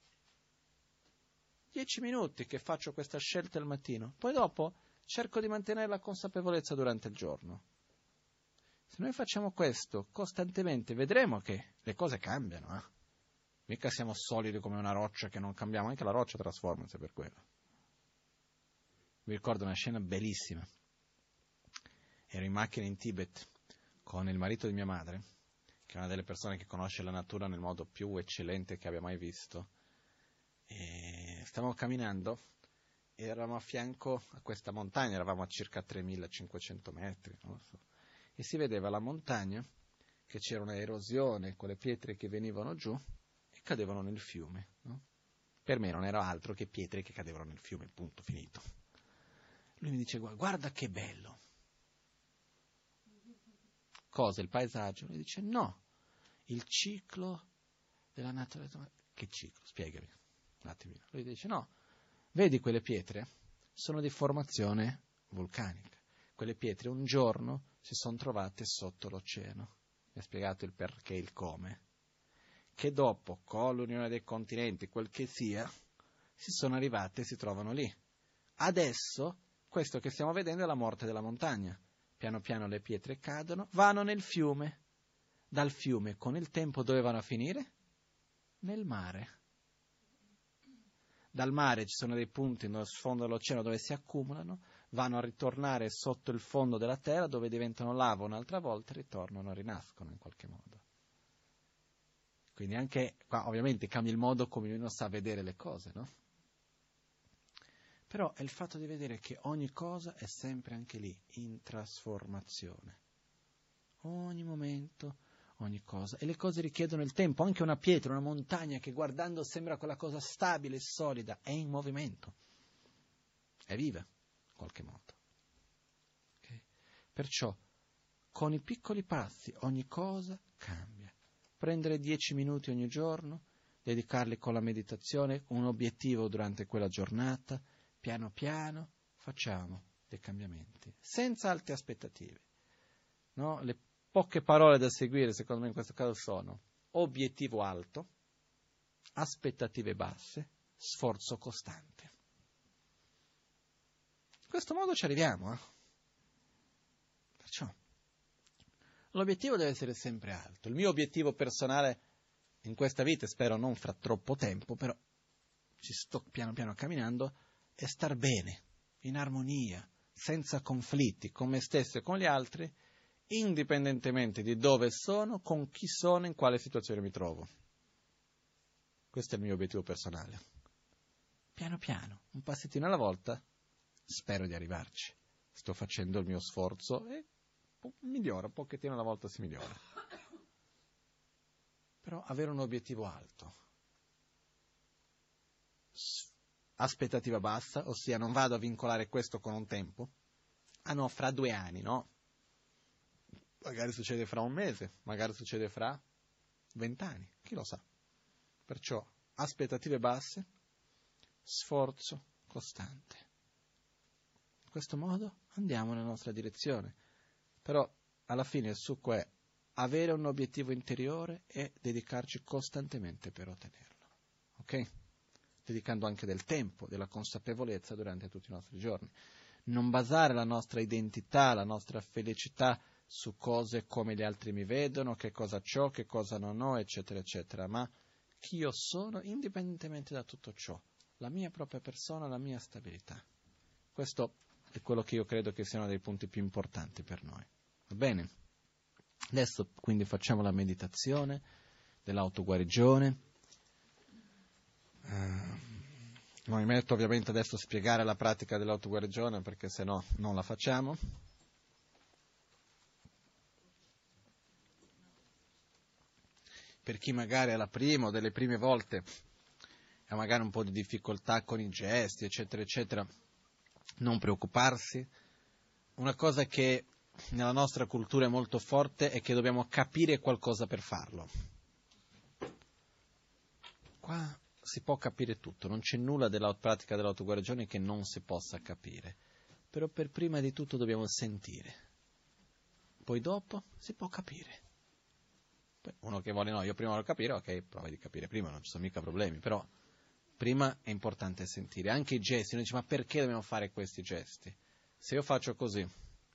Dieci minuti che faccio questa scelta al mattino. Poi dopo cerco di mantenere la consapevolezza durante il giorno. Se noi facciamo questo costantemente, vedremo che le cose cambiano. Eh? Mica siamo solidi come una roccia che non cambiamo, anche la roccia trasformasi per quello. Mi ricordo una scena bellissima. Ero in macchina in Tibet con il marito di mia madre, che è una delle persone che conosce la natura nel modo più eccellente che abbia mai visto. E stavamo camminando e eravamo a fianco a questa montagna, eravamo a circa tremilacinquecento metri, non lo so. E si vedeva la montagna, che c'era una erosione con le pietre che venivano giù e cadevano nel fiume. No? Per me non era altro che pietre che cadevano nel fiume, punto, finito. Lui mi dice, guarda che bello. Cosa, il paesaggio? Lui dice, no, il ciclo della natura. Che ciclo? Spiegami un attimino. Lui dice, no, vedi quelle pietre? Sono di formazione vulcanica. Quelle pietre un giorno si sono trovate sotto l'oceano. Mi ha spiegato il perché e il come. Che dopo, con l'unione dei continenti, quel che sia, si sono arrivate e si trovano lì. Adesso, questo che stiamo vedendo è la morte della montagna. Piano piano le pietre cadono, vanno nel fiume. Dal fiume, con il tempo, dove vanno a finire? Nel mare. Dal mare ci sono dei punti nello sfondo dell'oceano dove si accumulano, vanno a ritornare sotto il fondo della terra dove diventano lava un'altra volta e ritornano, rinascono in qualche modo. Quindi anche qua ovviamente cambia il modo come uno sa vedere le cose, no? Però è il fatto di vedere che ogni cosa è sempre anche lì, in trasformazione. Ogni momento, ogni cosa. E le cose richiedono il tempo. Anche una pietra, una montagna che guardando sembra quella cosa stabile e solida, è in movimento. È viva, in qualche modo. Okay? Perciò, con i piccoli passi, ogni cosa cambia. Prendere dieci minuti ogni giorno, dedicarli con la meditazione, un obiettivo durante quella giornata, piano piano facciamo dei cambiamenti, senza alte aspettative. No? Le poche parole da seguire, secondo me in questo caso sono obiettivo alto, aspettative basse, sforzo costante. In questo modo ci arriviamo. Eh? Perciò l'obiettivo deve essere sempre alto. Il mio obiettivo personale in questa vita, spero non fra troppo tempo, però ci sto piano piano camminando, è star bene, in armonia, senza conflitti con me stesso e con gli altri, indipendentemente di dove sono, con chi sono, in quale situazione mi trovo. Questo è il mio obiettivo personale. Piano piano, un passettino alla volta, spero di arrivarci. Sto facendo il mio sforzo e migliora, un pochettino alla volta si migliora. Però avere un obiettivo alto. Aspettativa bassa, ossia non vado a vincolare questo con un tempo. Ah no, fra due anni, no? Magari succede fra un mese, magari succede fra vent'anni, chi lo sa. Perciò aspettative basse, sforzo costante. In questo modo andiamo nella nostra direzione. Però alla fine il succo è avere un obiettivo interiore e dedicarci costantemente per ottenerlo. Ok? Dedicando anche del tempo, della consapevolezza durante tutti i nostri giorni. Non basare la nostra identità, la nostra felicità su cose come gli altri mi vedono, che cosa ho, che cosa non ho, eccetera, eccetera, ma chi io sono indipendentemente da tutto ciò, la mia propria persona, la mia stabilità. Questo è quello che io credo che sia uno dei punti più importanti per noi. Va bene? Adesso quindi facciamo la meditazione dell'autoguarigione. Uh, Non mi metto ovviamente adesso a spiegare la pratica dell'autoguarigione, perché se no non la facciamo. Per chi magari è la prima o delle prime volte ha magari un po' di difficoltà con i gesti, eccetera, eccetera, non preoccuparsi. Una cosa che nella nostra cultura è molto forte è che dobbiamo capire qualcosa per farlo. Qua si può capire tutto, non c'è nulla della pratica dell'autoguarigione che non si possa capire. Però per prima di tutto dobbiamo sentire. Poi dopo si può capire. Poi uno che vuole, no, io prima voglio capire, ok, prova di capire prima, non ci sono mica problemi, però prima è importante sentire. Anche i gesti, noi diciamo, ma perché dobbiamo fare questi gesti? Se io faccio così,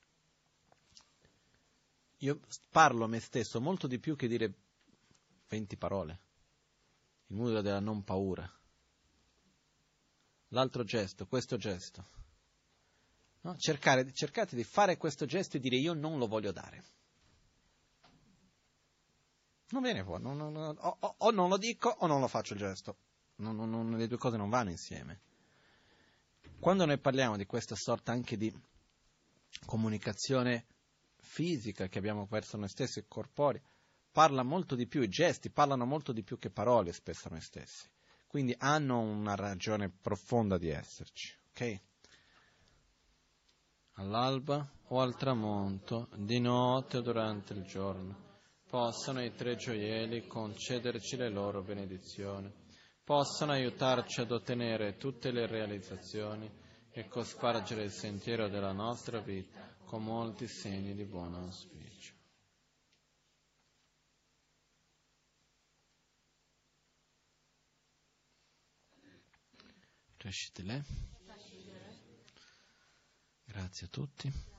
io parlo a me stesso molto di più che dire venti parole. Il mudra della non paura. L'altro gesto, questo gesto. No? Cercare, cercate di fare questo gesto e dire io non lo voglio dare. Non viene fuori, non, non, o, o, o non lo dico o non lo faccio il gesto. Non, non, le due cose non vanno insieme. Quando noi parliamo di questa sorta anche di comunicazione fisica che abbiamo verso noi stessi, corporea, parla molto di più, i gesti parlano molto di più che parole spesso a noi stessi. Quindi hanno una ragione profonda di esserci, ok? All'alba o al tramonto, di notte o durante il giorno, possano i tre gioielli concederci le loro benedizioni, possano aiutarci ad ottenere tutte le realizzazioni e cospargere il sentiero della nostra vita con molti segni di buon auspicio. Grazie a tutti.